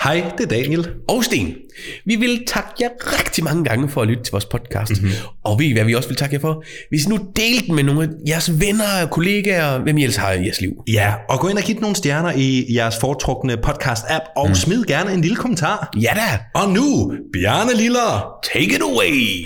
Hej, det er Daniel. Og Sten. Vi vil takke jer rigtig mange gange for at lytte til vores podcast. Og ved I, hvad vi også vil takke jer for? Hvis I nu delte den med nogle af jeres venner og kollegaer, hvem I ellers har i jeres liv. Ja, og gå ind og giv nogle stjerner i jeres foretrukne podcast-app, og smid gerne en lille kommentar. Ja da. Og nu, Bjarne Liller, take it away.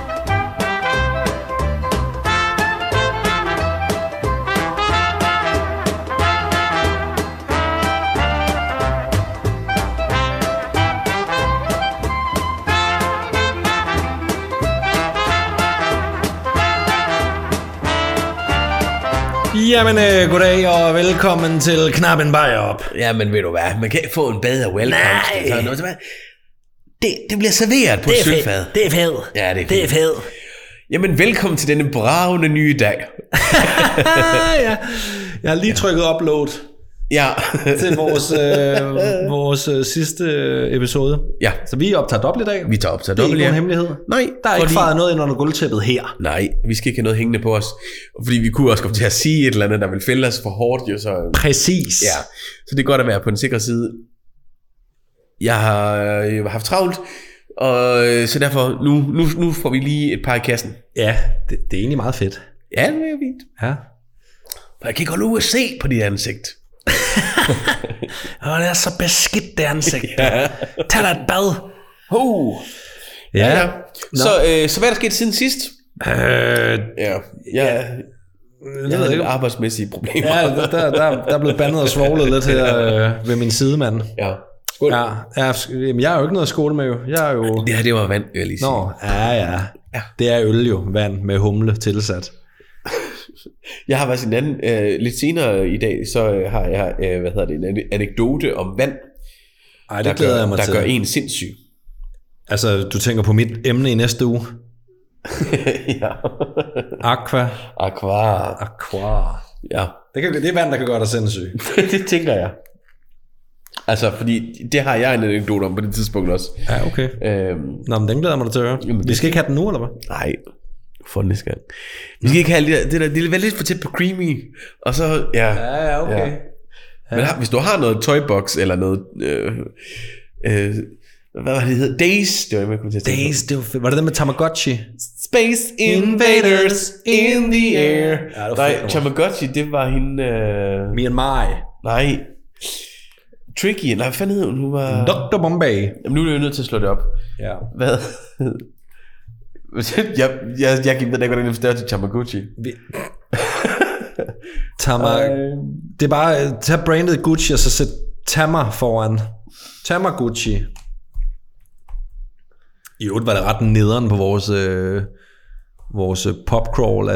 Jamen, goddag og velkommen til Knap en Bajer op. Jamen ved du hvad, man kan ikke få en bedre velkomst. Nej. Det bliver serveret på et sølvfad. Det er fedt. Ja, det er fedt. Jamen velkommen til denne bravende nye dag. Ja. Jeg har lige trykket upload til vores sidste episode. Ja. Så vi optager dobbelt i dag. Vi tager optaget dobbelt. Det er ikke nogen hemmelighed. Nej. Der er ikke faret noget ind under gulvtæppet her. Nej, vi skal ikke have noget hængende på os. Fordi vi kunne også komme til at sige et eller andet, der vil fælde os for hårdt. Jo, så. Præcis. Ja, så det er godt at være på den sikre side. Jeg har haft travlt, og så derfor, nu får vi lige et par i kassen. Ja, det er egentlig meget fedt. Ja, det er fint. Ja. For jeg kan ikke holde ud at se på dit ansigt. Det er så beskidt, det ansigt. Ja. Tag dig et bad. Ja. Så hvad er der sket siden sidst? Jeg havde lidt arbejdsmæssige problemer. Ja, der er blevet bandet og svoglet lidt her ved min sidemand. Ja. Skål. Ja, jeg har jo ikke noget at skåle med jo. Jeg er jo... Det her, det var vand, vil jeg lige sige. Nå, ja. Det er øl jo, vand med humle tilsat. Jeg har faktisk en anden, lidt senere i dag, så har jeg, en anekdote om vand. Ej, det glæder jeg mig til. Der gør en sindssyg. Altså, du tænker på mit emne i næste uge? Ja. Aqua. Ja. Det er vand, der kan gøre dig sindssyg. Det tænker jeg. Altså, fordi det har jeg en anekdote om på det tidspunkt også. Ja, okay. Nå, men den glæder mig til at høre. Vi skal ikke have den nu, eller hvad? Nej. For næste gang. Vi skal ikke have det der, det er lidt for tæt på creamy. Og så, Ja, okay. Ja. Men hvis du har noget toybox eller noget, hvad var det hed? Days, det var jeg kunne til at tænke. Days, var det den med Tamagotchi? Space Invaders in the air. Ja, nej, Tamagotchi, det var hende... Me and My. Nej. Tricky, nej, hvad fanden hed hun var... Dr. Bombay. Jamen, nu er jeg nødt til at slå det op. Ja. Hvad? Jeg gik ved ikke, hvordan det forstår til Tamagotchi. Det er bare tag brandet Gucci og så sæt Tamar foran. Tamagotchi. I øvrigt var det ret nederen på vores popcrawl,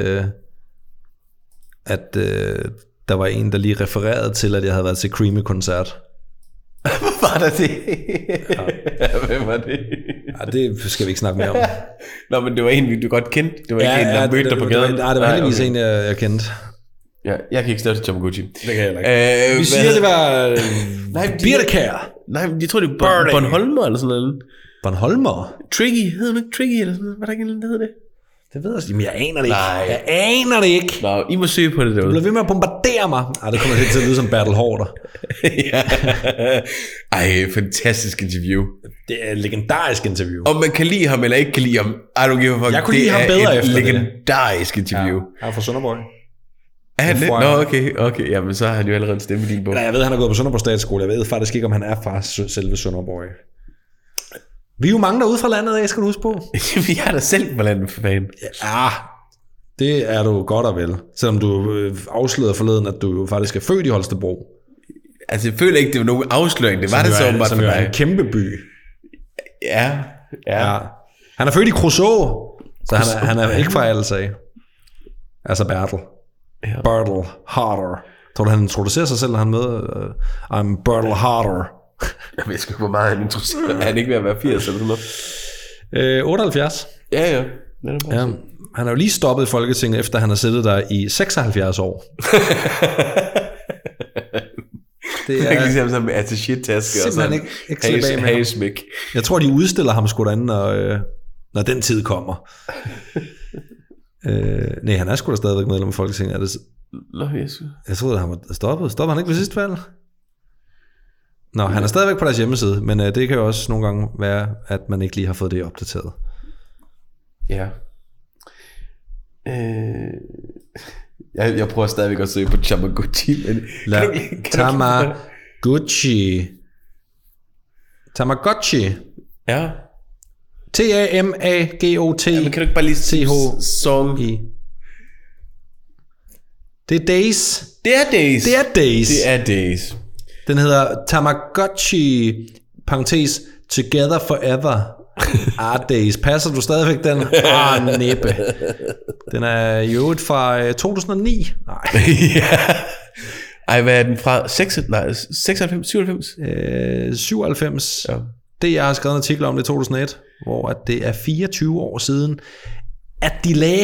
at der var en, der lige refererede til, at jeg havde været til Creamy-koncert. Var der det? Ja, hvem var det? Ja, det skal vi ikke snakke mere om. Nå, men det var en, du godt kendte. Det var ikke en, der mødte dig på gaden. Nej, det var heldigvis en, jeg kendte. Ja, jeg kan ikke støtte Tamagotchi. Det kan jeg heller ikke. Vi siger, det var Birkekær. Nej, jeg tror, det var Bornholmer eller sådan noget. Bornholmer? Tricky, hedder det ikke Tricky eller sådan noget? Var der ikke en, der hedder det? Det ved jeg ikke, men jeg aner det ikke. Nej. Jeg aner det ikke. Nå, I må søge på det derude. Du bliver ved med at bombardere mig. Ej, det kommer til at lyde som Battle Horder. Ja. Ej, fantastisk interview. Det er et legendarisk interview. Om man kan lide ham eller ikke kan lide ham, I don't give a fuck. Jeg kunne lide ham bedre efter det. Det er et legendarisk interview. Ja, han er fra Sønderborg. Er han lidt? Nå, okay. Jamen, så har han jo allerede en stemme i din bog. Nej, jeg ved, han har gået på Sønderborg Statsskole. Jeg ved faktisk ikke, om han er fra selve Sønderborg. Vi er jo mange derude fra landet af, skal du huske på. Vi er da selv på landet, for fanden. Ja, det er du godt og vel. Selvom du afslørede forleden, at du jo faktisk er født i Holstebro. Altså, jeg føler ikke, det var nogen afsløring. Det var det så åbenbart for dig. Som er en kæmpe by. Ja. Han er født i Kruså, så han er ikke fra Alsag. Altså Bertel. Ja. Bertel Harder. Tror du, han introducerer sig selv, når han møder I'm Bertel Harder. Jeg ved sgu ikke, hvor meget han introducerer. Er han ikke ved at være 80 eller sådan noget? 78. Ja. Han er jo lige stoppet i Folketinget, efter han har siddet der i 76 år. Det er ikke ligesom med attaché-taske og sådan ikke hagesmæk. Jeg tror, de udstiller ham sgu derinde, når den tid kommer. Nej, han er sgu da stadigvæk medlem af Folketinget. Er det... Nå, Jesus. Jeg troede, han var stoppet. Stopper han ikke ved sidste valg? Nå, han er stadigvæk på deres hjemmeside, men det kan jo også nogle gange være, at man ikke lige har fået det opdateret. Ja. Jeg prøver stadigvæk at søge på Tamagotchi, men Tamagotchi. Ja. T-A-M-A-G-O-T. Ja, men kan du ikke bare lige song? Det er Days. Det er Days. Det er Days. Det er Days. Den hedder Tamagotchi, parentes, Together Forever. Days. Passer du stadigvæk den? Næppe. Den er jo fra 2009. Nej. Ja. Ej, hvad er den fra? 96, 97? 97. Ja. Det, jeg har skrevet en artikel om, det er 2001, hvor at det er 24 år siden, at de lagde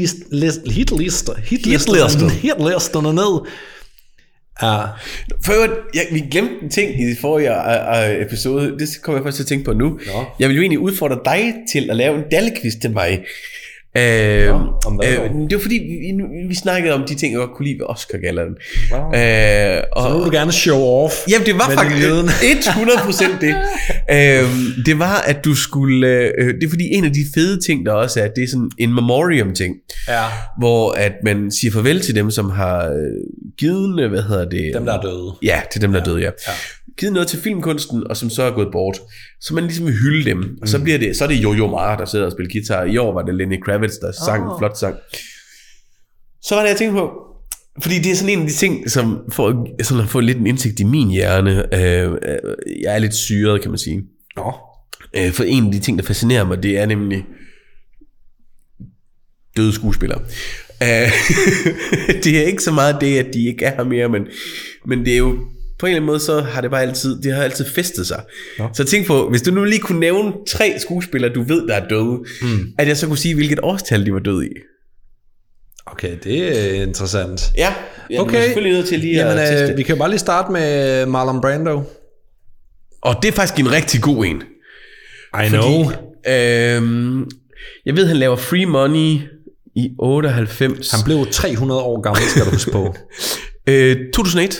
hitlisterne ned. Ja. Vi glemte en ting i forrige episode. Det kommer jeg først til at tænke på nu. Nå. Jeg vil jo egentlig udfordre dig til at lave en dallequiz til mig. Det var fordi vi snakkede om de ting jeg godt kunne lide ved Oscar-gallaen. Så nu vil du gerne show off. Jamen det var faktisk 100% det. Det var at du skulle det er fordi en af de fede ting der også er at det er sådan en memoriam ting. Ja. Hvor at man siger farvel til dem som har givet dem der er døde. Ja, til dem der er døde, ja. Givet noget til filmkunsten, og som så er gået bort. Så man ligesom vil hylde dem. Og så er det Jojo Ma, der sidder og spiller guitar. I år var det Lenny Kravitz, der sang en flot sang. Så var det, jeg tænkte på. Fordi det er sådan en af de ting, som får lidt en indsigt i min hjerne. Jeg er lidt syret, kan man sige. For en af de ting, der fascinerer mig, det er nemlig døde skuespillere. Det er ikke så meget det, at de ikke er her mere, men det er jo på en eller anden måde, så har det har altid festet sig. Så tænk på, hvis du nu lige kunne nævne 3 skuespillere, du ved, der er døde, at jeg så kunne sige, hvilket årstal de var døde i. Okay, det er interessant. Ja, okay. Selvfølgelig nødt til lige at teste. Vi kan jo bare lige starte med Marlon Brando. Og det er faktisk en rigtig god en. Know. Jeg ved, han laver Free Money i 98. Han blev 300 år gammel, skal du huske på. 2001.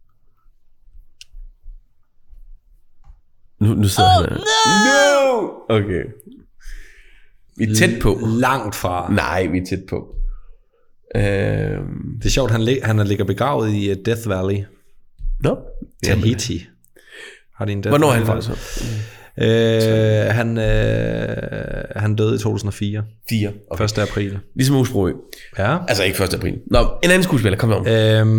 Nu sidder han her. No! Okay. Vi er tæt på. Langt fra. Nej, vi er tæt på. Det er sjovt, han ligger begravet i Death Valley. Nå? Tahiti. Har de en Hvornår er han faktisk? Han døde i 2004. 4. 1. april. Ligesom Osbro. Ja. Altså ikke 1. april. Nå, en anden skuespiller, kom om.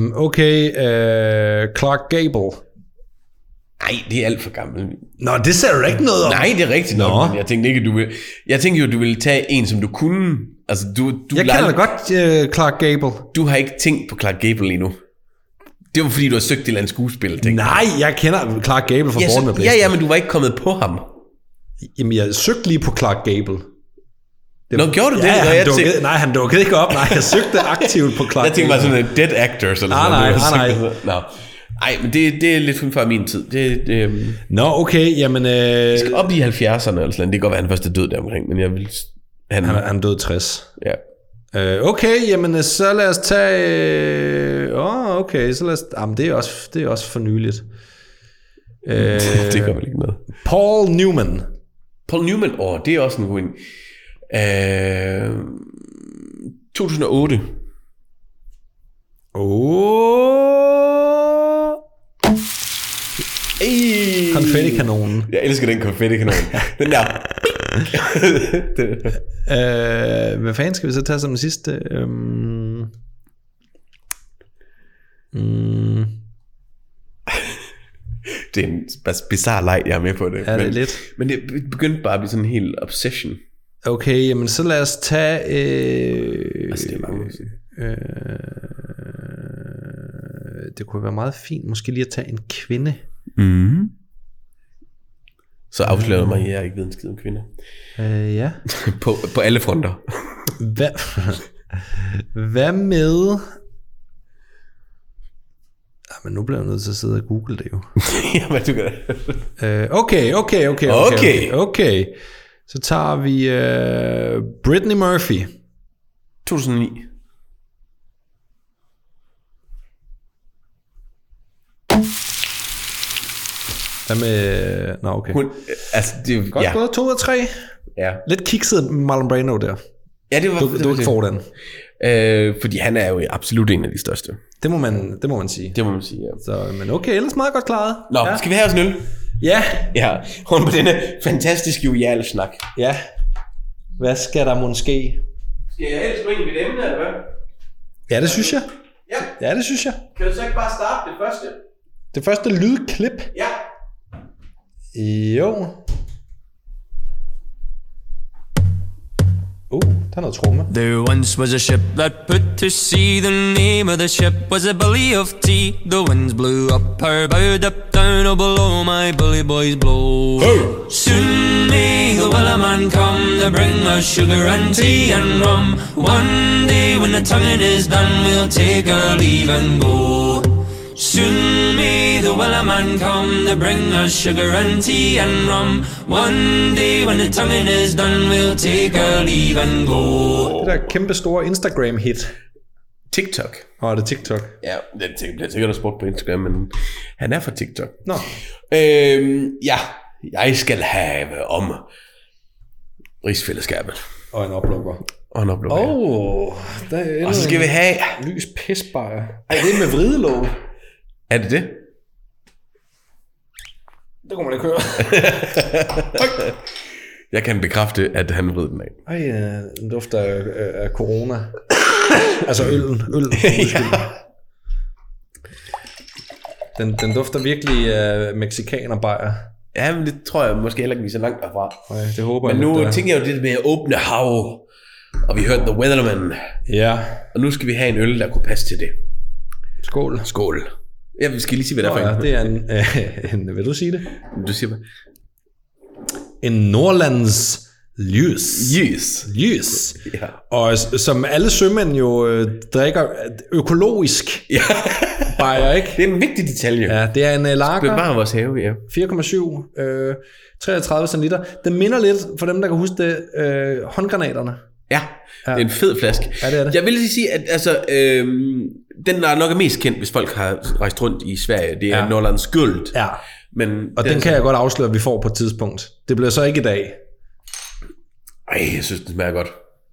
Clark Gable. Nej, det er alt for gammel. Nå, det ser du ikke noget om. Nej, det er rigtigt nok, men jeg tænkte ikke, jeg tænkte jo, du ville tage en, som du kunne. Altså, jeg kender godt Clark Gable. Du har ikke tænkt på Clark Gable endnu. Det var fordi, du har søgt et eller andet skuespil. Nej, jeg kender Clark Gable fra Born med Blæst. Ja, men du var ikke kommet på ham. Jamen, jeg søgte lige på Clark Gable. Nå, gjorde du det? Nej, han dukkede ikke op. Nej, jeg søgte aktivt på Clark Gable. Jeg tænkte bare sådan en dead actors eller sådan noget. Nej. Nej, men det er lidt før min tid. Nå, okay, jamen... Vi skal op i 70'erne eller sådan. Det kan godt være, han først er død der omkring, men jeg vil... Han døde 60. Ja. Okay, jamen så lad os tage... okay, så lad os... Jamen, det er også for nyligt. Det gør vel ikke noget. Paul Newman. Det er også en god en. 2008. Konfetti-kanonen. Jeg elsker den konfetti-kanon. Den der. Hvad fanden skal vi så tage som den sidste? Det er en bizarre leg, jeg er med på det. Ja, det er lidt. Men det begyndte bare at blive sådan en hel obsession. Okay, jamen så lad os tage... altså, det er mange det kunne være meget fint, måske lige at tage en kvinde. Mm. Så afslører mig, at jeg ikke ved en skid om kvinder. Ja. på alle fronter. Hvad med... Men nu bliver jeg nødt til at sidde og google det jo. Jamen, du kan det. Okay. Så tager vi Brittany Murphy. 2009. Hvad med... Nå, okay. Altså, det, Godt gået, 2 ud af 3. Ja. Lidt kikset Marlon Brando der. Ja, det var... Du ikke får den. Fordi han er jo absolut en af de største. Det må man sige. Det må man sige, ja. Så, men okay, ellers meget godt klaret. Nå, ja. Skal vi have os en øl? Ja. Ja, rundt på denne fantastisk joviale snak. Ja. Hvad skal der måske? Skal jeg helst gå ind i mit emne, eller hvad? Ja, det synes jeg. Ja, det synes jeg. Kan du så ikke bare starte det første? Det første lydklip? Ja. Jo. Der er noget tromme. There once was a ship that put to sea. The name of the ship was a Billy of Tea. The winds blew up her bow, up down, oh below my bully boys blow. Hey. Soon may the wellerman come to bring us sugar and tea and rum. One day when the tonguing is done, we'll take our leave and go. Soon may the wellerman come to bring us sugar and tea and rum. One day when the tonguing is done, we'll take our leave and go. Det der kæmpe store Instagram-hit. TikTok. Er det TikTok? Ja, det bliver sikkert spurgt på Instagram, men han er fra TikTok. Nå. Ja, jeg skal have om rigsfællesskabet. Og en oplukker. Og så skal vi have... Lys pisbajer. Ej, det er med vridelåg. Er det det? Det kunne man ikke høre. Jeg kan bekræfte, at han vrid den af. Ej, den dufter af corona. Altså øllen. Ja. Den dufter virkelig af mexikanerbajer. Ja, men det tror jeg måske heller ikke, vi er så langt derfra. Nej, det håber jeg. Men nu tænker jeg jo det med at åbne hav. Og vi hørte The Weatherman. Ja. Og nu skal vi have en øl, der kunne passe til det. Skål. Ja, vi skal lige sige, hvad der er for det er en... Vil du sige det? Du siger hvad? En Nordlands Lys. Ja. Og som alle sømænd jo drikker økologisk. Ja. Bajer, ikke? Det er en vigtig detalje. Ja, det er en lager. Det er bare vores have, ja. 4,7. 33 centiliter. Den minder lidt, for dem der kan huske det, håndgranaterne. Ja, det er en fed flaske. Ja, det er det. Jeg vil sige, at altså, den der nok er mest kendt, hvis folk har rejst rundt i Sverige, det er Norrlands Guld. Ja, og den kan jeg godt afsløre, at vi får på et tidspunkt. Det bliver så ikke i dag. Ej, jeg synes, den smager godt.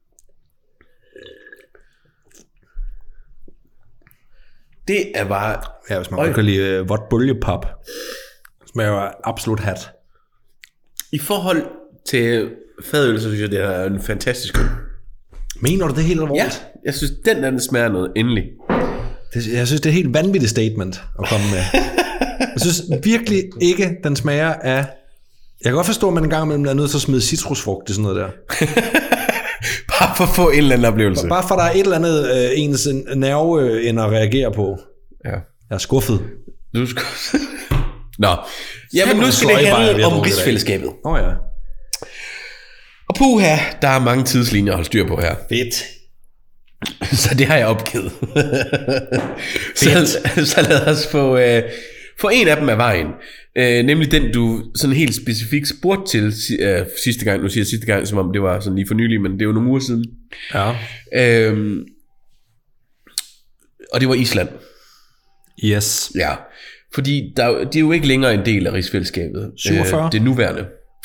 Det er bare... Ja, hvis man kan lide vådt bølgepap. Smager absolut hat. I forhold til fadøl, så synes jeg, det er en fantastisk øl. Mener du det helt alvorligt? Ja, jeg synes, den smager noget endelig. Jeg synes, det er et helt vanvittigt statement at komme med. Jeg synes virkelig ikke, den smager af... Jeg kan godt forstå, at man en gang imellem er nødt til at smide citrusfrugt i sådan noget der. Bare for at få en eller anden oplevelse. Bare for der er et eller andet ens nerve end at reagere på. Ja. Jeg er skuffet. Du er skuffet. Nå. Jamen nu skal det handle om rigsfællesskabet. Ja. Og puha, der er mange tidslinjer at holde styr på her. Fedt. Så det har jeg opgivet. så lad os få en af dem af vejen. Nemlig den, du sådan helt specifikt spurgte til sidste gang. Nu siger jeg sidste gang, som om det var sådan lige for nylig, men det er jo nogle uger siden. Ja. Og det var Island. Yes. Ja. Fordi de er jo ikke længere en del af rigsfællesskabet. 47. Det nuværende.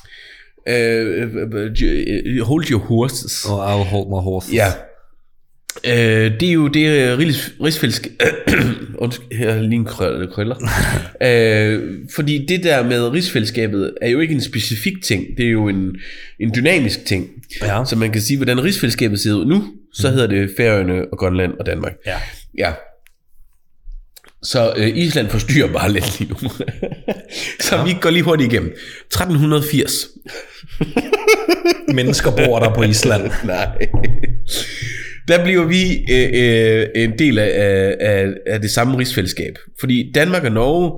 Hold your horses. Oh, I'll hold my horses. Ja. Det er jo det rigsfællesskab. Her er lige en krøller. Fordi det der med rigsfællesskabet er jo ikke en specifik ting. Det er jo en dynamisk ting. Ja. Så man kan sige, hvordan rigsfællesskabet ser ud nu, så hedder det Færøerne og Grønland og Danmark. Ja. Så Island forstyrrer bare lidt lige nu. Så vi går lige hurtigt igennem. 1380. Mennesker bor der på Island. Nej. Der bliver vi en del af det samme rigsfællesskab. Fordi Danmark og Norge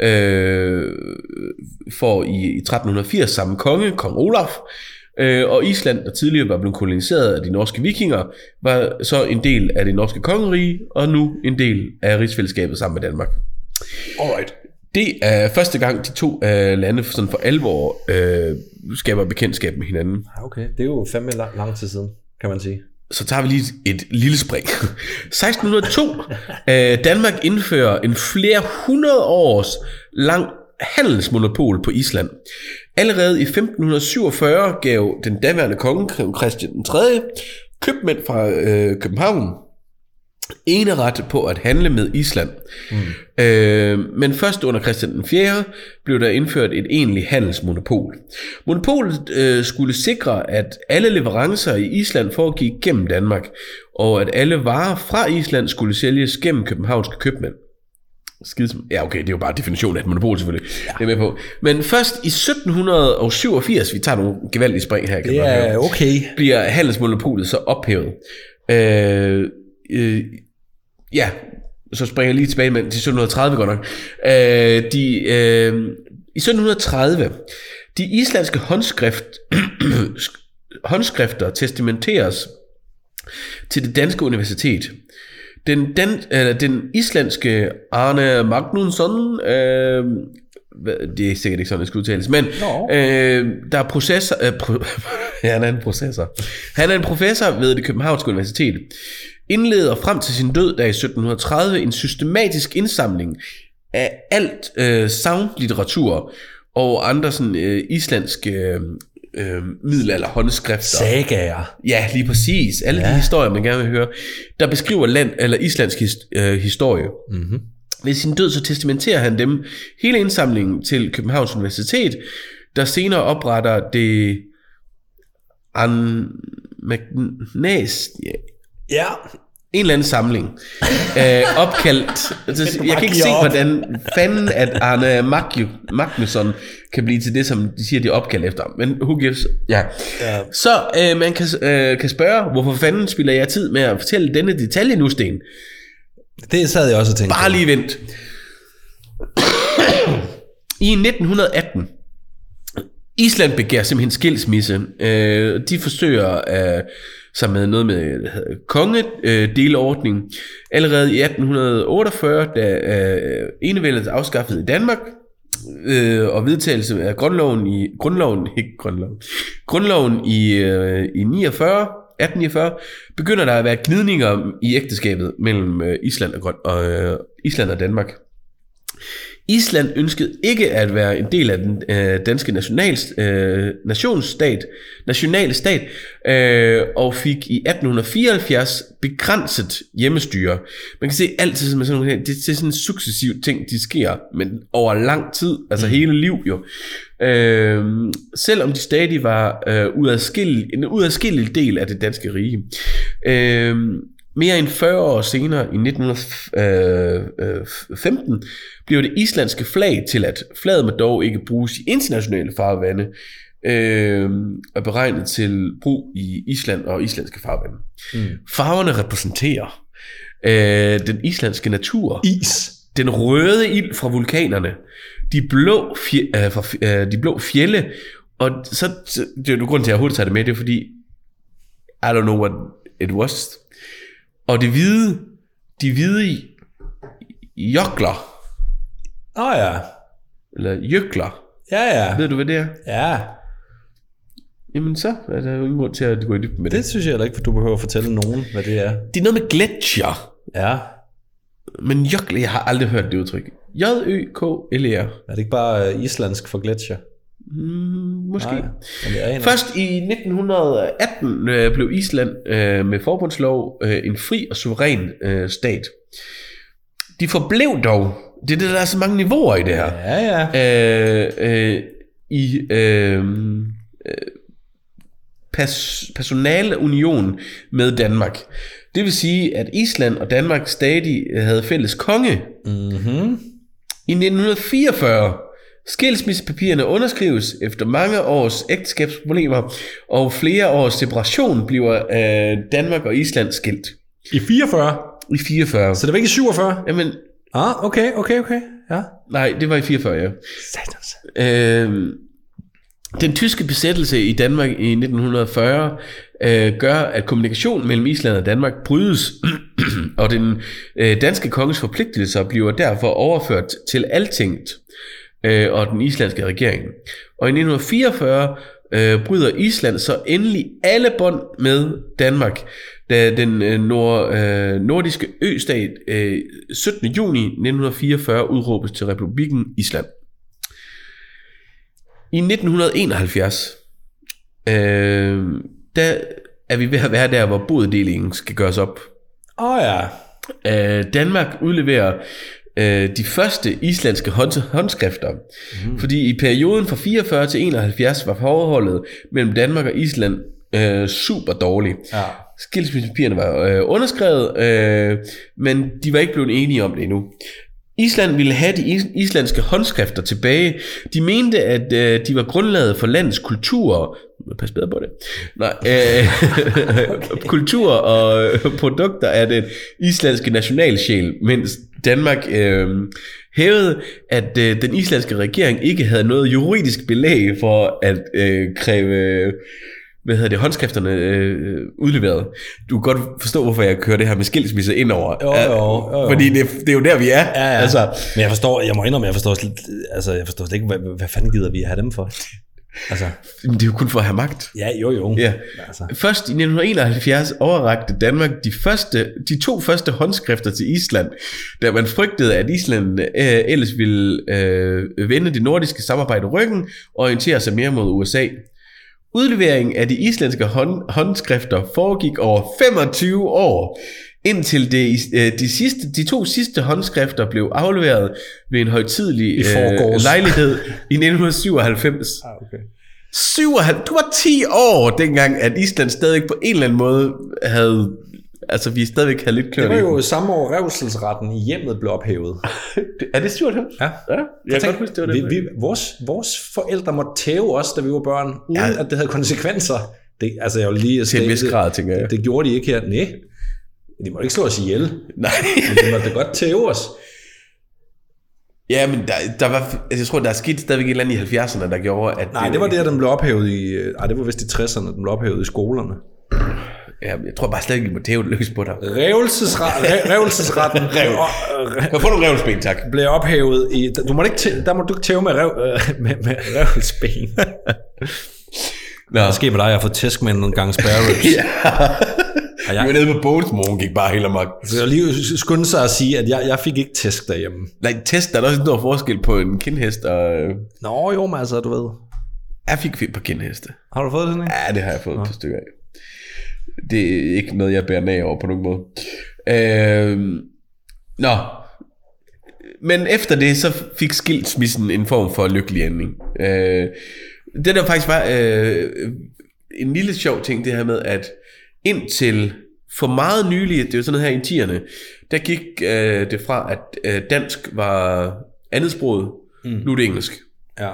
får i 1380 samme kong Olaf. Og Island, der tidligere var blevet koloniseret af de norske vikinger, var så en del af det norske kongerige, og nu en del af rigsfællesskabet sammen med Danmark. Alright. Det er første gang, de to lande sådan for alvor skaber bekendtskab med hinanden. Okay, det er jo fandme lang tid siden, kan man sige. Så tager vi lige et lille spring. 1602. Danmark indfører en flere hundrede års lang handelsmonopol på Island. Allerede i 1547 gav den daværende konge Christian 3. købmænd fra København eneret på at handle med Island. Men først under Christian 4. blev der indført et egentligt handelsmonopol. Monopolet skulle sikre, at alle leverancer i Island foregik gennem Danmark, og at alle varer fra Island skulle sælges gennem københavnske købmænd. Ja, okay, det er jo bare definitionen af et monopol selvfølgelig. Ja. Det er med på. Men først i 1787, vi tager nogle gevaldige spring her, kan man okay, bliver handelsmonopolet så ophævet. Ja, så springer jeg lige tilbage til 1730 godt nok. I 1730, de islandske håndskrifter testamenteres til det danske universitet. Den islandske Arne Magnusson, det er sikkert ikke sådan, det skal udtales, men der er processor, han er en professor ved det københavnske universitet, indleder frem til sin død der i 1730 en systematisk indsamling af alt sagnlitteratur og andre sådan islandske middelalder håndskrifter. Sagaer. Ja, lige præcis. Alle de historier, man gerne vil høre, der beskriver islandsk historie. Mm-hmm. Ved sin død, så testamenterer han dem hele indsamlingen til Københavns Universitet, der senere opretter det en eller anden samling opkaldt. Jeg kan ikke se, hvordan fanden at Arne Magnusson kan blive til det, som de siger, de er opkaldt efter. Men who gives? Ja. Så man kan spørge, hvorfor fanden spilder jeg tid med at fortælle denne detalje nu, Sten? Det sad jeg også og tænkte. Bare lige vent. I 1918 Island begærer simpelthen skilsmisse. De forsøger sig med noget med kongedelordning. Allerede i 1848, da enevældet afskaffet i Danmark, og vedtagelse af grundloven i 1849, begynder der at være gnidninger i ægteskabet mellem Island og Danmark. Island ønskede ikke at være en del af den danske nationale stat, og fik i 1874 begrænset hjemmestyre. Man kan se altid som sådan nogle, det er sådan en successiv ting, de sker, men over lang tid, altså hele liv jo. Selvom de stadig var en uadskillelig del af det danske rige. Mere end 40 år senere, i 1915, blev det islandske flag tilladt. Flaget må dog ikke bruges i internationale farvande, og beregnet til brug i Island og islandske farvande. Farverne repræsenterer den islandske natur. Is. Den røde ild fra vulkanerne. De blå fjelde. Og så det er jo grund til, at jeg hurtigt tager det med, det er fordi, I don't know what it was. Og de hvide jokler. Ja. Eller jøkler. Ja. Ved du, hvad det er? Ja. Jamen så er der jo ingen grund til at gå i dybden med det. Det synes jeg heller ikke, for du behøver at fortælle nogen, hvad det er. Det er noget med gletsjer. Ja. Men jokler, jeg har aldrig hørt det udtryk. J-Ø-K-L-E-R. Er det ikke bare islandsk for gletsjer? Måske. Nej, først i 1918 blev Island med forbundslov en fri og suveræn stat. De forblev dog, det er det, der er så mange niveauer i det her, i personalunion med Danmark. Det vil sige, at Island og Danmark stadig havde fælles konge. Mm-hmm. I 1944 skilsmissepapirerne underskrives efter mange års ægteskabsproblemer og flere års separation, bliver Danmark og Island skilt. I 44? I 44. Så det var ikke i 47? Jamen. Okay. Ja. Nej, det var i 44, ja. Den tyske besættelse i Danmark i 1940 gør, at kommunikationen mellem Island og Danmark brydes, og den danske konges forpligtelser bliver derfor overført til Altinget og den islandske regering. Og i 1944 bryder Island så endelig alle bånd med Danmark, da den nordiske østat 17. juni 1944 udråbes til Republikken Island. I 1971, der er vi ved at være der, hvor boddelingen skal gøres op. Ja. Danmark udleverer de første islandske håndskrifter. Fordi i perioden fra 44 til 71 var forholdet mellem Danmark og Island super dårligt. Ja. Skilsmissepapirerne var underskrevet, men de var ikke blevet enige om det endnu. Island ville have de islandske håndskrifter tilbage. De mente, at de var grundlaget for landets kultur. Pas bedre på det. Nej, okay. Kultur og produkter af den islandske nationalsjæl, mens Danmark hævede, at den islandske regering ikke havde noget juridisk belæg for at kræve håndskrifterne udleveret. Du kan godt forstå, hvorfor jeg kører det her med skilsmisse indover. Jo. Fordi det er jo der, vi er. Ja. Altså. Men jeg må indrømme, jeg forstår slet ikke, hvad fanden gider vi have dem for? Altså. Det er jo kun for at have magt. Ja, jo. Ja. Altså. Først i 1971 overrakte Danmark de 2 første håndskrifter til Island, da man frygtede, at Island ellers ville vende det nordiske samarbejde ryggen og orientere sig mere mod USA. Udleveringen af de islandske håndskrifter foregik over 25 år, indtil de 2 sidste håndskrifter blev afleveret ved en højtidelig lejlighed i 1997. Okay. 97, du var 10 år dengang, at Island stadig på en eller anden måde havde... Altså, vi stadigvæk havde lidt klør. Det var jo samme år, revselsretten i hjemmet blev ophævet. Er det 97? Ja. Jeg kan godt huske, det var det. Vores forældre måtte tæve os, da vi var børn, uden at det havde konsekvenser. Det, altså, jeg vil lige til en vis grad, tænker jeg. Det gjorde de ikke her. Nej. De måtte ikke slå os ihjel. Nej. Men de måtte da godt tæve os. Ja, men der var... Jeg tror, der er sket stadigvæk et eller andet i 70'erne, der gjorde, at... Nej, det var det, at den blev ophævet i... det var vist i 60'erne, den blev ophævet i skolerne. Ja, jeg tror bare slet ikke, at må tæve løs på dig. Revselsretten Hvad får du revsben, tak? Blev ophævet i... Der må du ikke tæve med revsben. Nå. Hvad sker med dig? Jeg har fået tæsk med en gang spærreribs. Ja. Vi var nede på Bålsmoen, gik bare helt amok. Så jeg lige skynde sig at sige, at jeg fik ikke tæsk derhjemme. Nej, tæsk, der er også en stor forskel på en kindhest og... Nå jo, men altså, du ved. Jeg fik på kindheste. Har du fået det sådan en? Ja, det har jeg fået på stykker af. Det er ikke noget, jeg bærer nag over på nogen måde. Men efter det, så fik skilsmissen en form for lykkelig ending. Det der faktisk var en lille sjov ting, det her med, at indtil for meget nylig, det er jo sådan noget her i 10'erne, der gik det fra, at dansk var andetsproget, nu er det engelsk. Ja.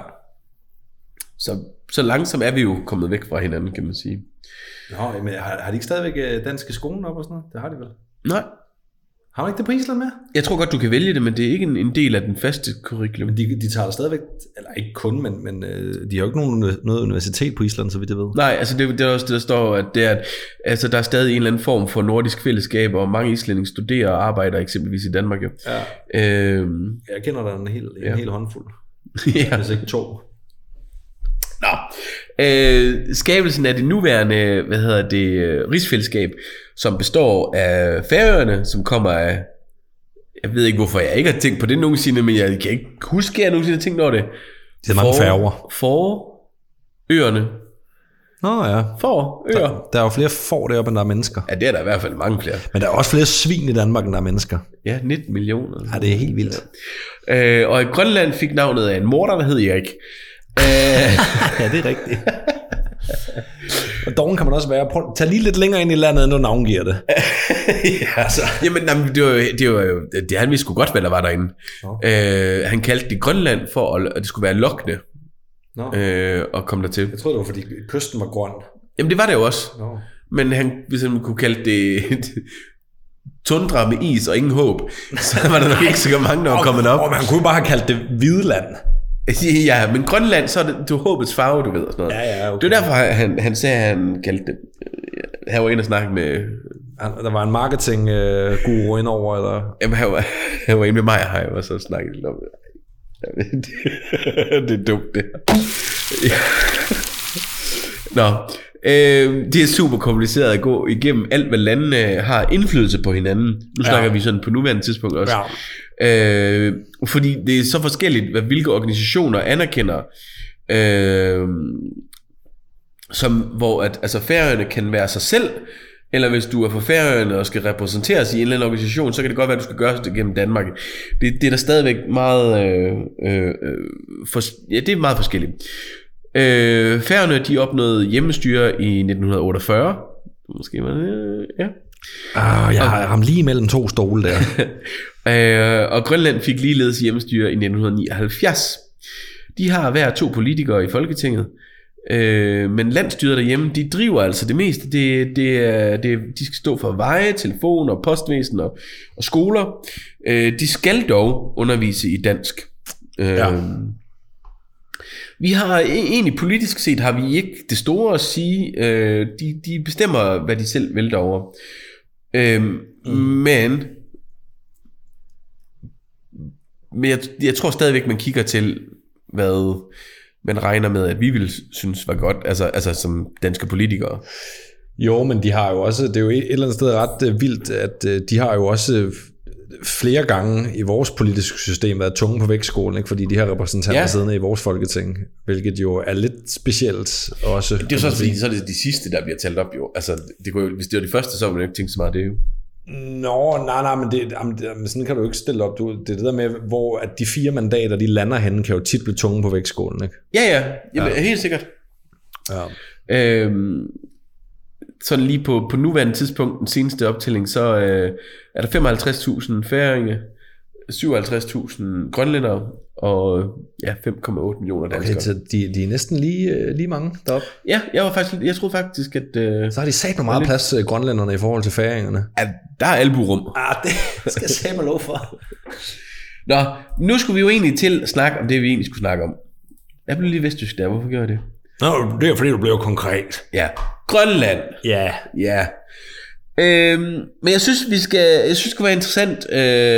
Så langsomt er vi jo kommet væk fra hinanden, kan man sige. Nå, men har de ikke stadigvæk dansk i skolen op og sådan noget? Det har de vel? Nej. Har man ikke det på Island med? Jeg tror godt, du kan vælge det, men det er ikke en del af den faste curriculum. Men de tager stadigvæk, eller ikke kun, men de har jo ikke noget universitet på Island, så vidt jeg ved. Nej, altså det er også det, der står, at altså, der er stadig en eller anden form for nordisk fællesskab, og mange islændinge studerer og arbejder eksempelvis i Danmark. Ja. Jeg kender der en hel håndfuld. Ja. Hvis ikke 2. Nå, skabelsen af det nuværende, rigsfællesskab, som består af Færøerne, som kommer af, jeg ved ikke hvorfor jeg ikke har tænkt på det nogensinde, men jeg kan ikke huske, at jeg nogensinde har tænkt over det. Det er mange færger. Øerne. Nå ja. Øer. Der er jo flere får deroppe, end der er mennesker. Ja, det er der i hvert fald mange flere. Men der er også flere svin i Danmark, end der er mennesker. Ja, 19 millioner. Ja, det er helt vildt. Og i Grønland fik navnet af en morder, der hed Erik. Ja, det er rigtigt. Og doven kan man også være. Tag lige lidt længere ind i landet, end du navngiver det. Ja, altså. Jamen, det han vidste sgu godt, hvad der var derinde. Han kaldte det Grønland for, at det skulle være lokkende at komme dertil. Jeg troede, det var, fordi kysten var grøn. Jamen, det var det jo også. Men hvis han kunne kalde det tundra med is og ingen håb, så var der nok ikke så mange, der var kommet op. Og man kunne bare have kaldt det Hvideland. Ja, men Grønland, så er det håbets farve, du ved, og sådan noget. Ja, okay. Det er derfor, han sagde, at han kaldte det. Han var inde og snakke med... Der var en marketing-guru indover, eller? Jamen, han var inde med mig, og jeg var så snakket lidt om det. Det er dumt, det her. Nå, det er super kompliceret at gå igennem alt, hvad landene har indflydelse på hinanden. Nu snakker vi sådan på nuværende tidspunkt også. Ja. Fordi det er så forskelligt, hvilke organisationer anerkender hvor at, altså Færøerne kan være sig selv, eller hvis du er fra Færøerne og skal repræsenteres i en eller anden organisation, så kan det godt være, at du skal gøre det gennem Danmark. Det er der stadigvæk meget, det er meget forskelligt. Færøerne, de opnåede hjemmestyre i 1948. Måske var det, ja. Jeg har ramt lige mellem 2 stole der. Og Grønland fik ligeledes hjemmestyre i 1979. De har hver 2 politikere i Folketinget. Men landsstyret derhjemme, de driver altså det meste. De skal stå for veje, telefoner, postvæsen og skoler. De skal dog undervise i dansk. Vi har egentlig politisk set har vi ikke det store at sige. De bestemmer hvad de selv vil derovre. Men jeg tror stadigvæk man kigger til hvad man regner med at vi vil synes var godt, altså som danske politikere. Jo, men de har jo også, det er jo et eller andet sted ret vildt, at de har jo også flere gange i vores politiske system været tunge på vægtskålen, ikke? Fordi de her repræsentanter siddende i vores folketing, hvilket jo er lidt specielt også. Det er jo så, fordi så er det de sidste, der bliver talt op jo. Altså, det kunne jo, hvis det var de første, så ville man ikke tænke så meget det jo. Nej, men sådan kan du ikke stille op. Det er det der med, hvor at de 4 mandater, de lander henne, kan jo tit blive tunge på vægtskålen, ikke? Ja. Jamen, helt sikkert. Ja. Sådan lige på nuværende tidspunkt, den seneste optælling, så er der 55.000 færinger, 57.000 grønlændere og 5,8 millioner danskere. Okay, så de er næsten lige mange deroppe. Ja, jeg troede faktisk, at... så har de sat meget plads, grønlænderne, i forhold til færingerne. Ja, der er albuerum. Det skal jeg sige mig lov for. Nå, nu skulle vi jo egentlig til at snakke om det, vi egentlig skulle snakke om. Jeg blev lige vestjysk der, hvorfor gjorde jeg det? Nå, det er fordi, du blev konkret. Ja, Grønland. Ja. Men jeg synes, det kunne være interessant,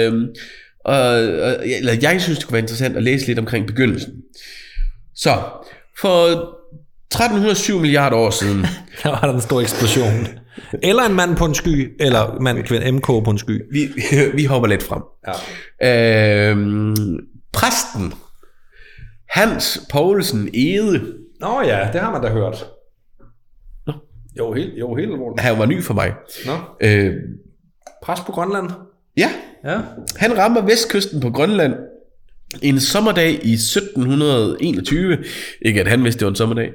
eller jeg synes, det kunne være interessant at læse lidt omkring begyndelsen. Så, for 1307 milliarder år siden... der var der en stor eksplosion. Eller en mand på en sky, eller mand, kvinde, MK på en sky. Vi hopper lidt frem. Ja. Præsten Hans Poulsen Ede. Nå ja, det har man da hørt. Jo, helt alvorligt. Han var ny for mig. Præst på Grønland. Ja. Han rammer vestkysten på Grønland en sommerdag i 1721. Ikke at han vidste, det var en sommerdag.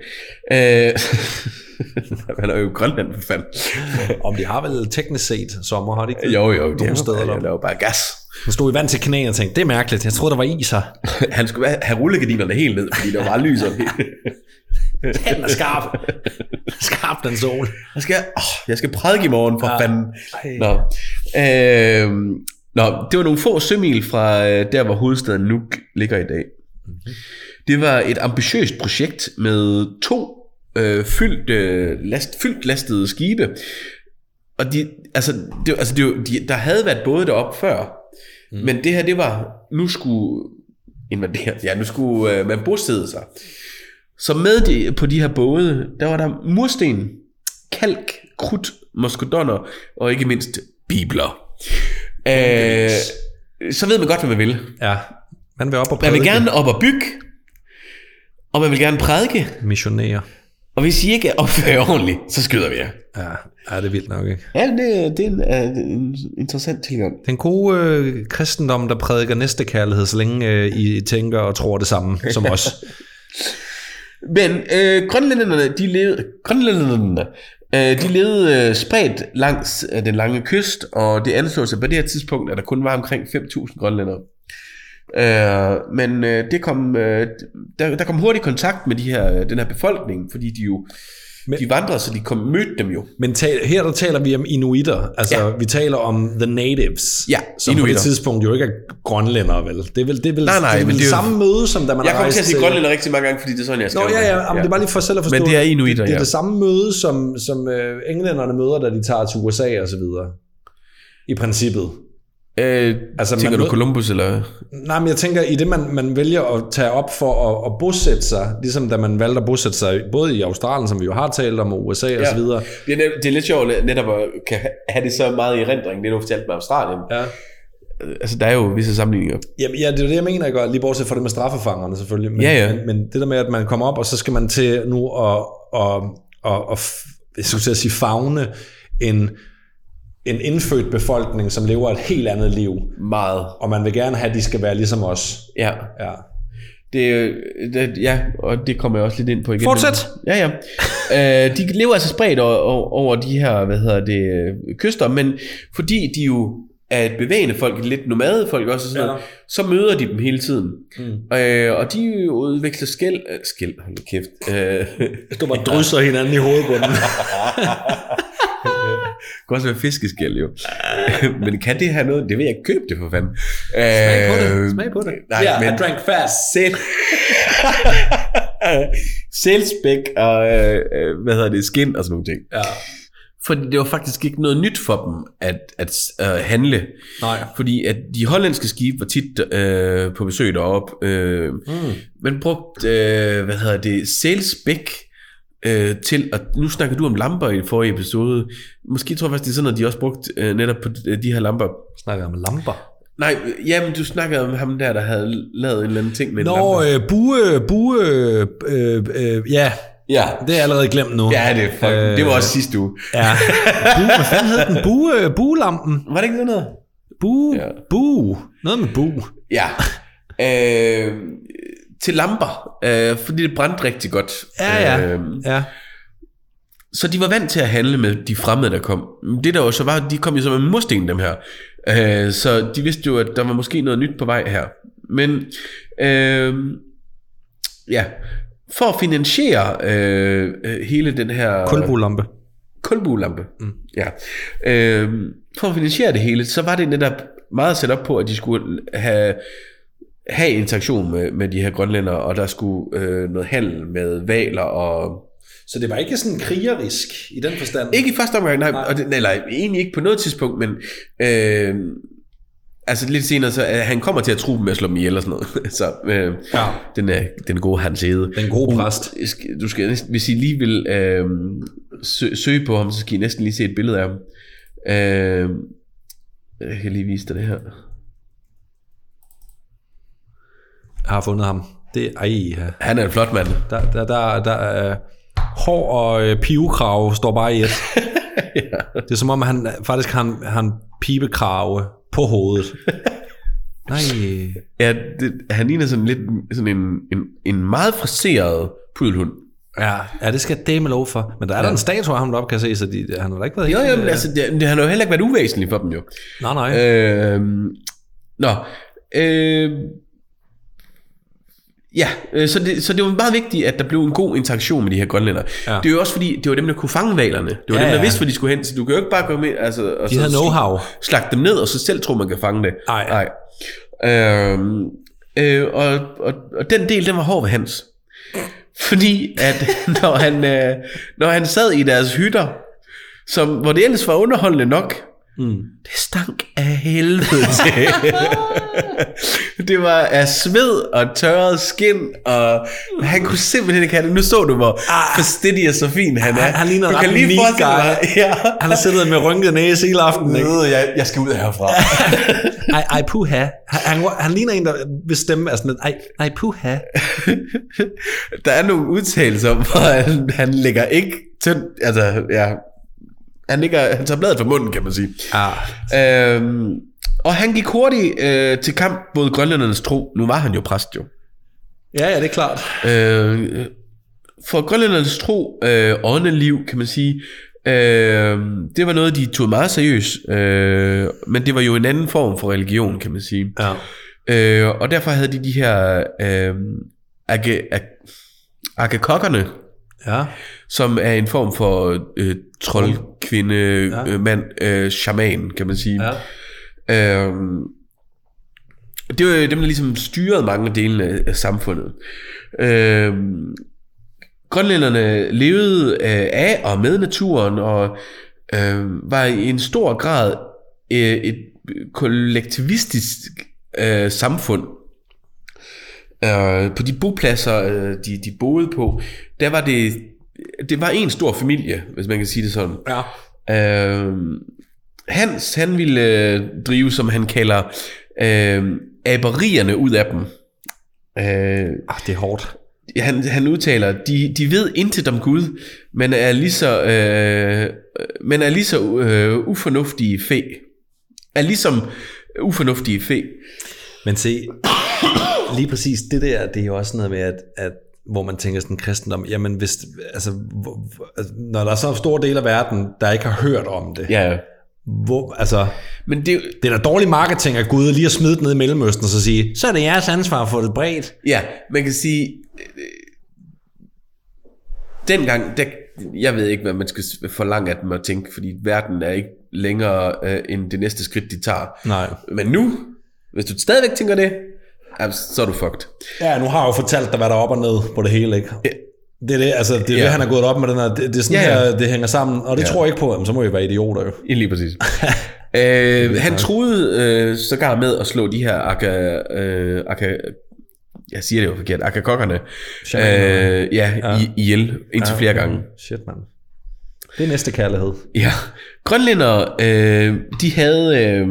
Han er jo Grønland for fanden. Om de har vel teknisk set sommer, har de ikke? Jo, nogle steder der. Det er bare gas. Han stod i vand til knæene og tænkte, det er mærkeligt, jeg troede der var is her. Han skulle have rullegardinerne helt ned, fordi der var lys op. Den er skarp. Skarp den sol. Jeg skal prædike i morgen for fanden. Nå, det var nogle få sømil fra der, hvor hovedstaden Nuuk ligger i dag. Det var et ambitiøst projekt med 2 fyldt lastede skibe. Og der havde været både deroppe før. Men det her, det var, nu skulle man bosæde sig. Så med på de her både, der var der mursten, kalk, krudt, moskodonner og ikke mindst bibler. Så ved man godt, hvad man vil. Ja, man vil op og prædike. Man vil gerne op og bygge, og man vil gerne prædike. Missionere. Og hvis I ikke opfører ordentligt, så skyder vi jer. Ja, det er vildt nok, ikke? Ja, det er en interessant tilgang. Den gode kristendom, der prædiker næstekærlighed, så længe I tænker og tror det samme som os. Men grønlænderne, de levede spredt langs den lange kyst, og det anslås, at på det her tidspunkt, at der kun var omkring 5.000 grønlændere. Men der kom hurtigt kontakt med den her befolkning, fordi de vandrede, så de mødte dem jo. Men her der taler vi om inuitter. Altså vi taler om the natives. Ja, som inuitter. På det tidspunkt jo ikke er grønlændere, vel? Det er vel det samme møde, som da man jeg kommer til at sige grønlænder rigtig mange gange, fordi det er sådan, jeg skriver. Nå, det er bare lige for selv at forstå. Men det er inuitter, det er det samme møde, som englænderne møder, da de tager til USA og så videre. I princippet. Tænker du Columbus eller? Nej, men jeg tænker i det man vælger at tage op for at bosætte sig, ligesom da man valgte at bosætte sig både i Australien, som vi jo har talt om, og USA og så videre. Det er lidt sjovt netop at kan have det så meget i erindring, det du fortalte med Australien. altså der er jo visse sammenligninger. Jamen, ja, det er det, jeg mener, ikke? Lige bortset fra det med straffefangerne selvfølgelig. Men, Ja. men det der med, at man kommer op, og så skal man til nu jeg skulle til at sige favne en indfødt befolkning, som lever et helt andet liv. Meget. Og man vil gerne have, at de skal være ligesom os. Ja. Ja, og det kommer jeg også lidt ind på igen. Fortsæt! Ja. De lever altså spredt over de her, kyster, men fordi de jo er et bevægende folk, lidt nomadefolk også, sådan noget, så møder de dem hele tiden. Og de udveksler skæld, hold kæft. Du bare drysser hinanden i hovedbunden. Det kan også være fiskeskæld jo. Men kan det have noget? Det vil jeg ikke købe det for fanden. Smag på det. Nej, yeah, men I drank fast. Sælspæk og skin og sådan nogle ting. Ja. Fordi det var faktisk ikke noget nyt for dem at handle. Nej. Fordi at de hollandske skibe var tit på besøg deroppe. Man brugte, sælspæk til at... Nu snakker du om lamper i forrige episode. Måske tror jeg faktisk, det er sådan, at de også brugte netop på de her lamper. Snakker om lamper? Nej, jamen du snakkede om ham der havde lavet en eller anden ting med en lampe. Ja, det er allerede glemt nu. Ja, det var også sidste uge. Ja. Hvad fanden hed den? Buelampen? Var det ikke sådan noget? Noget med bu. Ja. Til lamper, fordi det brændte rigtig godt. Ja. Så de var vant til at handle med de fremmede, der kom. Det der jo så var, de kom jo så med mursten, dem her. Så de vidste jo, at der var måske noget nyt på vej her. Men for at finansiere hele den her... Kulbuelampe. Ja. For at finansiere det hele, så var det netop meget sat op på, at de skulle have interaktion med de her grønlændere, og der skulle noget handel med hvaler og... Så det var ikke sådan krigerisk i den forstand? Ikke i første omgang, nej. Eller egentlig ikke på noget tidspunkt, men altså lidt senere, så han kommer til at true dem med at slå dem ihjel og sådan noget. Så den gode Hans Ede. Den gode præst. Du skal næsten, hvis I lige vil søge på ham, så skal I næsten lige se et billede af ham. Jeg kan lige vise dig det her. Jeg har fundet ham. Han er en flot mand. Der hår og pivekrave står bare i et. Ja. Det er som om han faktisk har en pibekrave på hovedet. Nej. Ja, han ligner sådan lidt sådan en meget friseret pudelhund. Ja, det skal dame lov for. Men der er der en statue af ham deroppe, kan jeg se, så han har da ikke været helt... Jo, men altså, det har jo heller ikke været uvæsentligt for dem jo. Nej. Så det var meget vigtigt, at der blev en god interaktion med de her grønlændere. Ja. Det er jo også fordi, det var dem, der kunne fange hvalerne. Det var dem, der vidste, hvor de skulle hen. Så du kan jo ikke bare gå med, og de havde know-how. Slagte dem ned, og så selv tror man kan fange det. Nej. Og den del, den var hård ved Hans. Fordi at når han sad i deres hytter, hvor det ellers var underholdende nok, det stank af helvede til. Det var af sved og tørret skin, og han kunne simpelthen ikke have det. Nu så du, hvor fastidious så fin han er. Han ligner ret en neat guy. Ja. Han har siddet med rynket næse hele aftenen. Jeg skal ud herfra. Ej puha. Han ligner en, der vil stemme af sådan lidt, ej puha. Der er nogle udtalelser om, hvor han lægger ikke tynd, altså ja. Han tager bladet fra munden, kan man sige. Og han gik hurtigt til kamp mod grønlændernes tro. Nu var han jo præst jo. Ja, det er klart. For grønlændernes tro, åndeliv, kan man sige, det var noget, de tog meget seriøst. Men det var jo en anden form for religion, kan man sige. Ja. Og derfor havde de her agekokkerne, som er en form for troldkvinde, mand, shaman, kan man sige. Det var dem, der ligesom styrede mange af delene af samfundet. Grønlænderne levede af og med naturen, og var i en stor grad et kollektivistisk samfund. På de bopladser, de boede på, der var det var en stor familie, hvis man kan sige det sådan. Hans, han ville drive, som han kalder, aberierne ud af dem. Det er hårdt. Han udtaler, de ved intet om Gud, men er lige så ufornuftige fe. Er ligesom ufornuftige fe. Men se, lige præcis det der, det er jo også noget med, at hvor man tænker sådan kristendom, jamen hvis, altså, når der er så en stor del af verden, der ikke har hørt om det, ja. Men det er da dårlig marketing af Gud lige at smide det ned i Mellemøsten og så sige, så er det jeres ansvar at få det bredt. Ja, man kan sige, dengang, jeg ved ikke, hvad man skal forlange af dem at tænke, fordi verden er ikke længere end det næste skridt, de tager. Nej. Men nu, hvis du stadigvæk tænker det, så er du fucked. Ja, nu har jeg jo fortalt dig, hvad der er op og ned på det hele, ikke? Ja. Det er det, altså, det er det, han har gået op med den her, det er sådan her, det hænger sammen, og det tror jeg ikke på, jamen, så må vi være idioter jo. Lige præcis. Han truede sågar med at slå de her jeg siger det jo forkert, akakokkerne, ihjel indtil flere gange. Shit, man. Det er næste kærlighed. Ja. Grønlændere, de havde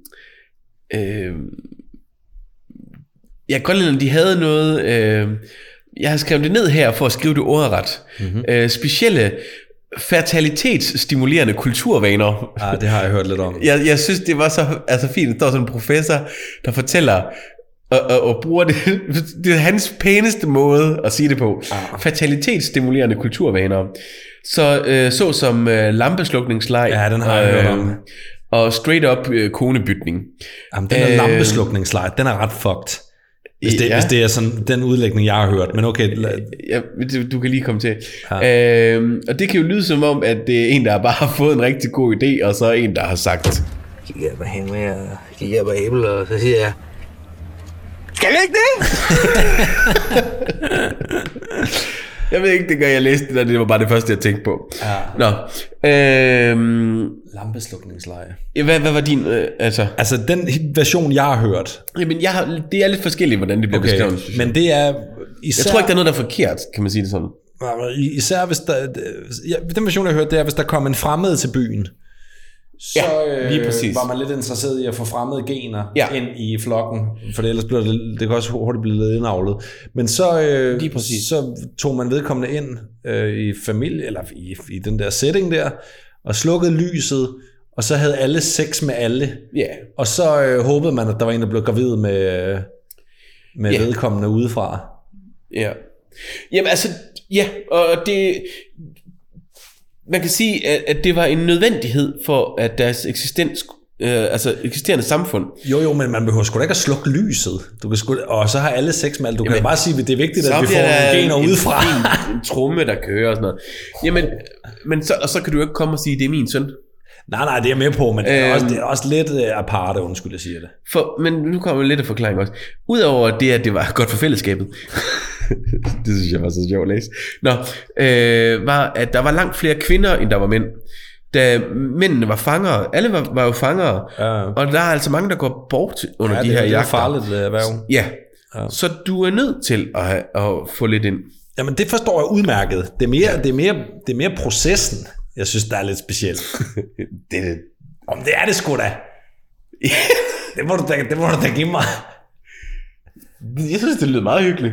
grønlænderne, de havde noget, jeg har skrevet det ned her for at skrive det ordret. Specielle fertilitetsstimulerende kulturvaner. Det har jeg hørt lidt om. Jeg synes, det var så fint. Der står sådan en professor, der fortæller og bruger det. Det er hans pæneste måde at sige det på. Fertilitetsstimulerende kulturvaner. Så som lampeslukningsleg. Ja, den har jeg hørt om. Og straight up konebytning. Jamen, den her lampeslukningsleg, den er ret fucked. Hvis det er sådan den udlægning, jeg har hørt. Men okay. Ja, du kan lige komme til. Og det kan jo lyde som om, at det er en, der bare har fået en rigtig god idé, og så en, der har sagt, de giver mig hænge med, og de giver mig æble, og så siger jeg, skal jeg ikke det? Jeg ved ikke, det gør jeg læste det, det var bare det første, jeg tænkte på. Ja. Nå. Lampeslukningsleje. Hvad var din, altså? Altså, den version, jeg har hørt. Jamen, det er lidt forskelligt, hvordan det bliver beskrevet. Men det er især... Jeg tror ikke, der er noget, der er forkert, kan man sige det sådan. Især hvis der... den version, jeg har hørt, det er, hvis der kom en fremmed til byen. Så var man lidt interesseret i at få fremmede gener ind i flokken, for ellers bliver det kan også hurtigt blive lidt indavlet. Men så tog man vedkommende ind i familie, eller i den der setting der, og slukkede lyset, og så havde alle sex med alle. Og så håbede man, at der var en, der blev gravid med vedkommende udefra. Ja. Jamen altså, og det... Man kan sige, at det var en nødvendighed for at deres eksisterende samfund. Jo, men man behøver sgu da ikke at slukke lyset. Og så har alle sex med alt. Du kan bare sige, at det er vigtigt, at vi får nogle gener udefra. En tromme, der kører og sådan noget. Jamen, så kan du ikke komme og sige, at det er min søn. Nej, det er jeg med på, men det er også lidt aparte, undskyld, jeg siger det. Men nu kommer lidt af forklaring også. Udover det, at det var godt for fællesskabet, det synes jeg var så sjovt at læse, var, at der var langt flere kvinder, end der var mænd. Da mændene var fangere, alle var jo fangere, og der er altså mange, der går bort under de her jagter. Det er farligt erhverv. Ja, så du er nødt til at få lidt ind. Jamen det forstår jeg udmærket. Det er mere processen, jeg synes, der er lidt specielt. Det er det sgu da. Det må du da give mig. Jeg synes, det lyder meget hyggeligt.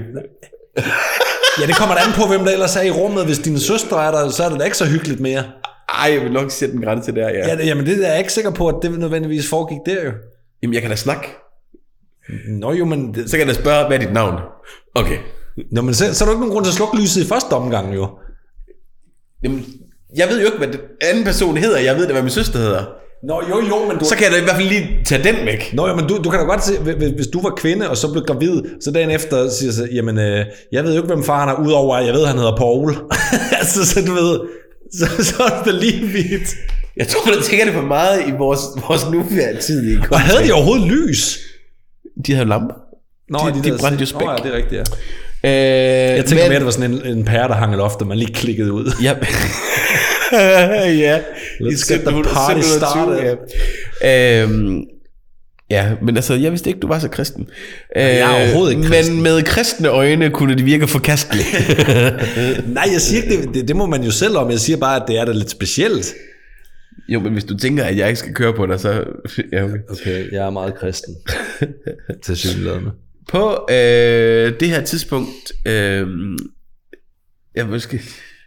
Ja, det kommer da an på, hvem der ellers er i rummet. Hvis dine søstre er der, så er det da ikke så hyggeligt mere. Ej, jeg vil nok sætte en grænse der, Jamen, det er jeg ikke sikker på, at det nødvendigvis foregik der jo. Jamen, jeg kan da snakke. Nå jo, men... Så kan jeg da spørge, hvad er dit navn? Okay. Nå, men så er der ikke nogen grund til at slukke lyset i første omgang, jo. Jamen, jeg ved jo ikke, hvad den anden person hedder. Jeg ved da, hvad min søster hedder. Nå, jo, men du... Så kan jeg da i hvert fald lige tage den væk. Nå, men du kan da godt se, hvis du var kvinde, og så blev gravid, så dagen efter siger så, jamen, jeg ved jo ikke, hvem faren er, udover at jeg ved, han hedder Paul. Altså, så du ved, så er det lige vidt. Jeg tror, du tænker det for meget i vores nuværende tid. Og havde de overhovedet lys? De havde lamper. Nå, de brændte jo spæk. Nå, ja, det er rigtigt, ja. Jeg tænker mere, at det var sådan en pære, der hang i loftet, man lige klikkede ud. Ja. Ja. Let's get the party started. Ja, men altså, jeg vidste ikke, du var så kristen. Jeg er overhovedet ikke kristen. Men med kristne øjne kunne det virke forkasteligt. Nej, jeg siger ikke det må man jo selv om. Jeg siger bare, at det er da lidt specielt. Jo, men hvis du tænker, at jeg ikke skal køre på dig, så... Ja, okay. Okay, jeg er meget kristen. Til synligheden. På det her tidspunkt... jeg måske...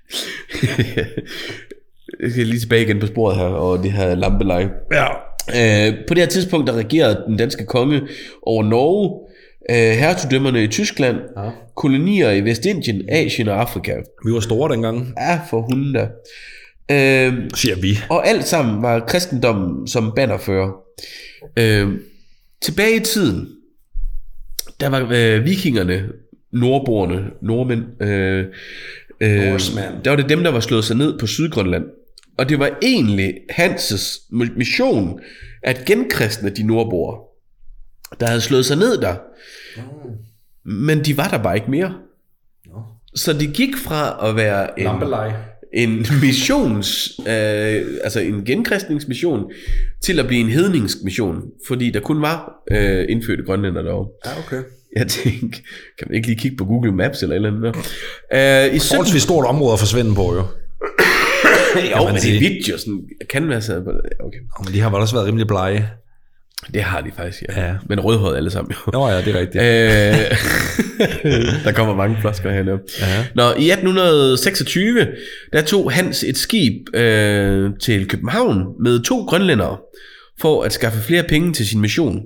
jeg skal lige tilbage igen på sporet her, og det her lampeleje. Ja. På det her tidspunkt, der regerede den danske konge over Norge, hertugdømmerne i Tyskland, kolonier i Vestindien, Asien og Afrika. Vi var store dengang. Ja, for hunden da. Siger vi. Og alt sammen var kristendommen som bannerfører. Tilbage i tiden, der var vikingerne, nordmænd, der var det dem, der var slået sig ned på Sydgrønland. Og det var egentlig Hanses mission at genkristne de nordboere, der havde slået sig ned der. Men de var der bare ikke mere. Så de gik fra at være en missions, altså en genkristningsmission, til at blive en hedningsk mission, fordi der kun var indfødte grønlænder derovre. Ja, okay. Jeg tænker, kan man ikke lige kigge på Google Maps eller et eller andet der? I forholdsvis stort område at forsvinde på, jo. Jo, men det er vidt jo, sådan canvas. Okay. Men de har vel også været rimelig blege. Det har de faktisk, ja. Men rødhåret alle sammen, jo. Nå ja, det er rigtigt. Der kommer mange flasker hernede. Nå, i 1826, der tog Hans et skib til København med 2 grønlændere, for at skaffe flere penge til sin mission.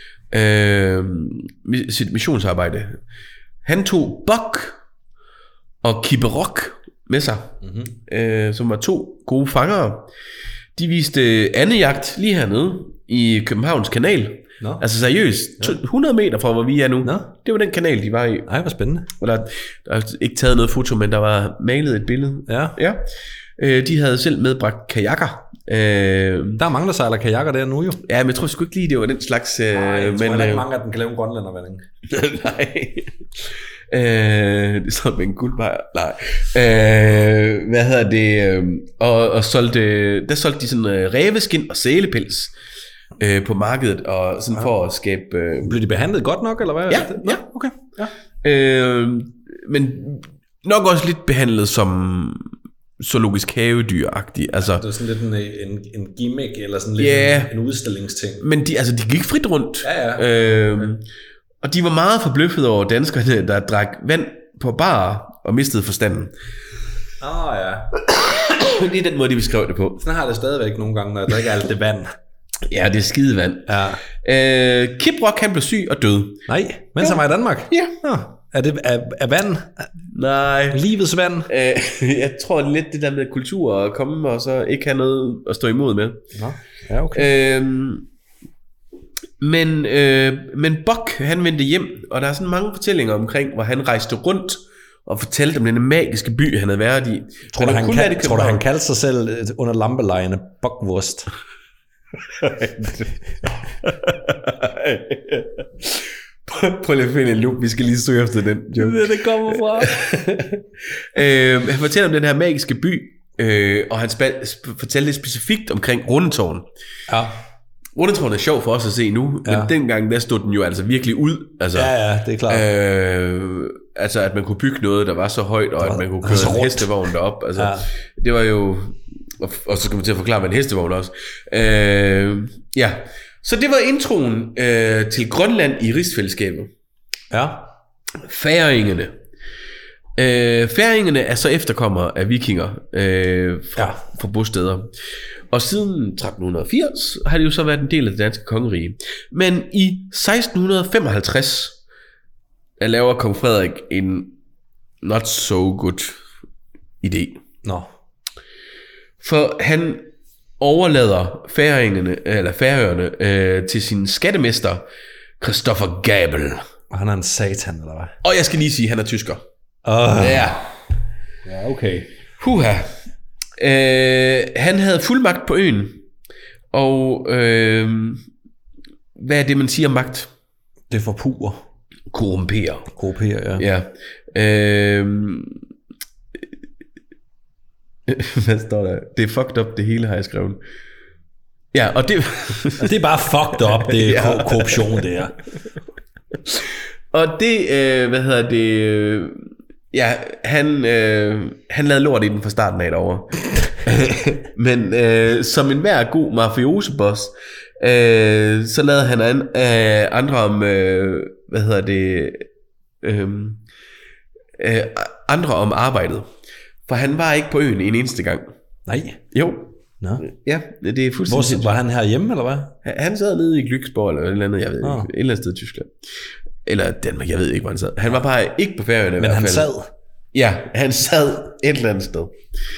Sit missionsarbejde. Han tog Bok og Kipperok med sig, som var 2 gode fangere. De viste andejagt lige hernede i Københavns kanal. Nå. Altså seriøst, 100 meter fra hvor vi er nu. Nå. Det var den kanal, de var i. Ej, hvor spændende. Og der er ikke taget noget foto, men der var malet et billede. Ja. De havde selv medbragt kajakker. Der er mange, der sejler kajakker der nu jo. Ja, men jeg tror sgu ikke lige, det var den slags... Nej, jeg tror ikke mange af dem kan lave en grønlændervanding. Nej. Det er sådan med en guldbejer. Nej. Hvad hedder det? Og der solgte de sådan ræveskin og sælepels på markedet, og sådan for at skabe... Blev de behandlet godt nok, eller hvad? Ja, ja. Okay. Ja. Men nok også lidt behandlet som zoologisk havedyr-agtig. Altså, det var sådan lidt en gimmick, eller sådan lidt en udstillingsting. Men de gik frit rundt. Ja. Og de var meget forbløffet over danskerne, der drak vand på bar og mistede forstanden. Ja. Det er den måde, de beskrev det på. Sådan har det stadigvæk nogle gange, når jeg drikker alt det vand. Ja, det er skidevand. Ja. Kiprok, han blev syg og døde. Nej, mens han var i Danmark? Ja. Nå. Er det af vand? Nej. Livets vand? Jeg tror lidt det der med kultur at komme og så ikke have noget at stå imod med. Nå. Ja, okay. Men Bok, han vendte hjem, og der er sådan mange fortællinger omkring, hvor han rejste rundt og fortalte om den magiske by, han havde været i. Tror du, han kaldte sig selv under lampelejene Bokwurst? Prøv lige at finde en loop, vi skal lige søge efter den joke. Det kommer fra. Han fortæller om den her magiske by, og han fortalte lidt specifikt omkring Rundetårn. Ja. Rundetårn er sjov for os at se nu, men dengang der stod den jo altså virkelig ud. Altså, ja, det er klart. Altså at man kunne bygge noget, der var så højt, og at man kunne køre en hestevogn derop. Altså, det var jo... Og så skal man til at forklare, hvad en hestevogn også. Ja. Så det var introen til Grønland i rigsfællesskabet. Ja. Færingerne. Færingerne er så efterkommere af vikinger fra bosteder. Og siden 1380 har det jo så været en del af det danske kongerige. Men i 1655 laver kong Frederik en not so good idé. Nå. For han overlader Færøerne til sin skattemester Christoffer Gabel. Og han er en satan, eller hvad? Og jeg skal lige sige, at han er tysker. Ja, okay. Huha. Han havde fuldmagt på øen. Og hvad er det, man siger om magt? Det forpurer. Korrumperer, ja. Hvad står der? Det er fucked up, det hele har jeg skrevet. Ja, og det... det er bare fucked up, det er korruption, det er. Og det, han lavede lort i den fra starten af derovre. Men som en hver god mafioseboss, så lavede han andre om, andre om arbejdet. For han var ikke på øen en eneste gang. Nej. Jo. Nå. Ja, det er fuldstændig. Hvor var han her hjemme, eller hvad? Han sad nede i Glücksborg, eller et eller andet, jeg ved ikke. Et eller andet sted i Tyskland. Eller Danmark, jeg ved ikke, hvor han sad. Han var bare ikke på Færøerne. Men han sad? Ja, han sad et eller andet sted.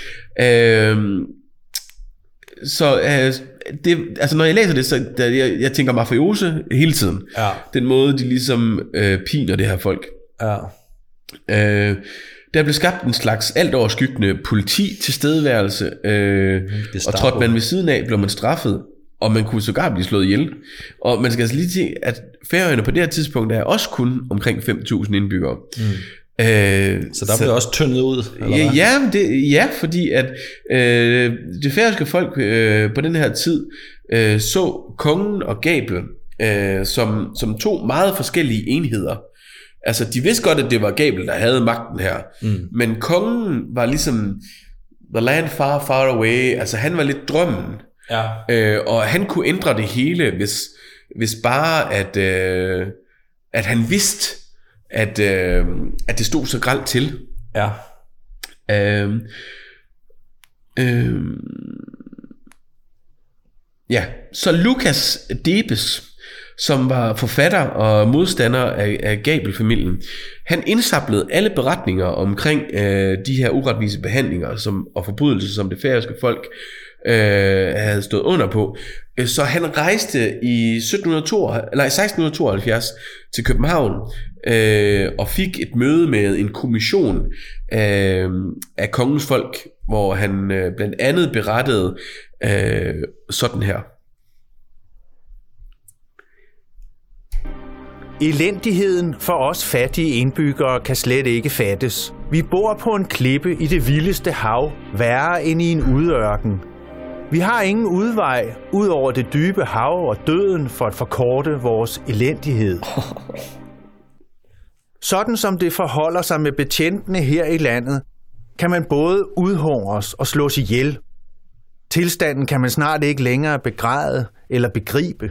Det, altså når jeg læser det, så jeg tænker mafiose hele tiden. Ja. Den måde, de ligesom piner det her folk. Ja. Der blev skabt en slags alt overskyggende politi tilstedeværelse, og trådte man ved siden af, blev man straffet, og man kunne sågar blive slået ihjel. Og man skal altså lige sige, at Færøerne på det her tidspunkt er også kun omkring 5.000 indbyggere. Så der blev også tyndet ud, eller hvad? Ja, fordi at det færøske folk på den her tid så kongen og Gabel som to meget forskellige enheder. Altså, de vidste godt, at det var Gabel, der havde magten her. Men kongen var ligesom the land far, far away. Altså, han var lidt drømmen. Ja. Og han kunne ændre det hele, hvis bare, at han vidste, at det stod så grelt til. Ja. Ja, så Lukas Debes, som var forfatter og modstander af Gabel-familien, han indsamlede alle beretninger omkring de her uretvise behandlinger og forbrydelser, som det færøske folk havde stået under på. Så han rejste i 1672 til København og fik et møde med en kommission af kongens folk, hvor han blandt andet berettede sådan her. Elendigheden for os fattige indbyggere kan slet ikke fattes. Vi bor på en klippe i det vildeste hav, værre end i en udørken. Vi har ingen udvej ud over det dybe hav og døden for at forkorte vores elendighed. Sådan som det forholder sig med betjentene her i landet, kan man både udhungres og slås ihjel. Tilstanden kan man snart ikke længere begræde eller begribe.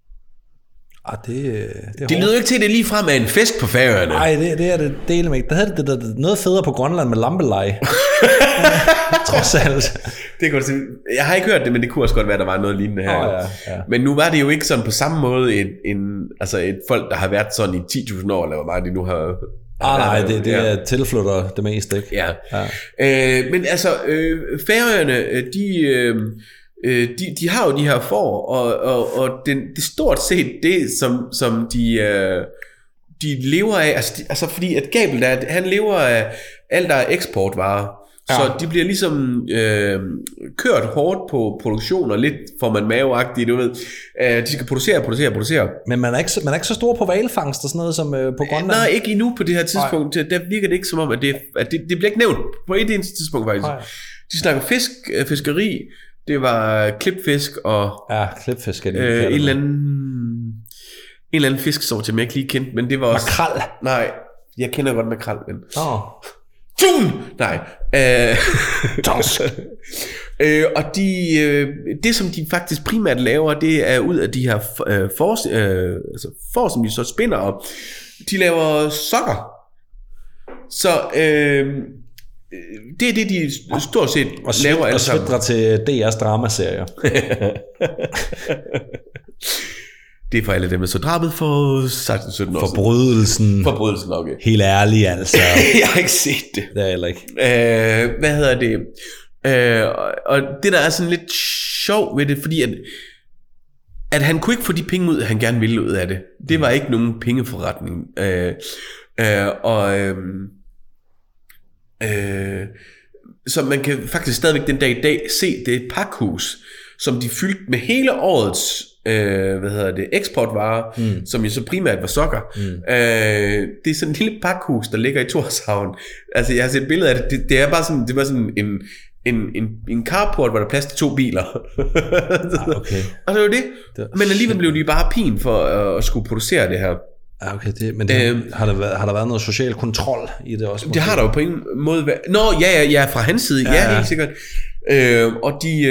Det lyder ikke til, at det lige frem er en fest på Færøerne. Nej, det er det dele med. Der havde det noget federe på Grønland med lampeleje. Trods alt. Det kunne jeg har ikke hørt det, men det kunne også godt være, at der var noget lignende her. Ja. Men nu var det jo ikke sådan på samme måde et folk, der har været sådan i 10.000 år, eller hvor meget de nu har... Nej, det er tilflytter det meste, ikke? Ja. Men altså, Færøerne, de har jo de her får, og det stort set det, som de lever af, altså fordi at Gabel, han lever af alt der er eksportvarer, så de bliver ligesom kørt hårdt på produktion, og lidt får man maveagtigt, du ved. De skal producere. Men man er ikke så stor på hvalfangst og sådan noget som på Grønland? Nej, ikke endnu på det her tidspunkt. Der virker det ikke som om, at det bliver ikke nævnt på et eneste tidspunkt faktisk. De snakker fiskeri. Det var klipfisk og... Ja, klipfisk er det. En eller anden fiskesort, som jeg ikke lige kendte, men det var også... Makrel? Nej, jeg kender godt makrel, men... Tun! Nej. Torsk. Og det, som de faktisk primært laver, det er ud af de her får, som de så spinder op. De laver sokker. Så... det er det, de stort set laver alle sammen. Og til DR's dramaserier. Det er for alle dem, der så drabet for 16-17 år. Forbrydelsen, okay. Helt ærligt, altså. Jeg har ikke set det. Det er heller ikke. Hvad hedder det? Og det, der er sådan lidt sjov ved det, fordi at han kunne ikke få de penge ud, han gerne ville ud af det. Det var ikke nogen pengeforretning. Så man kan faktisk stadigvæk den dag i dag se det er et pakhus, som de fyldte med hele årets eksportvarer, som jo så primært var sokker. Det er sådan en lille pakhus, der ligger i Tórshavn. Altså jeg har set billeder af det. Det er bare sådan, det var sådan en carport, hvor der er plads til 2 biler. Okay. Og det var det. Men alligevel blev de bare pin for at skulle producere det her. Okay, har der været noget social kontrol i det også? Det har der jo på en måde været. Nå, ja, fra hans side, ja, helt sikkert. Og de...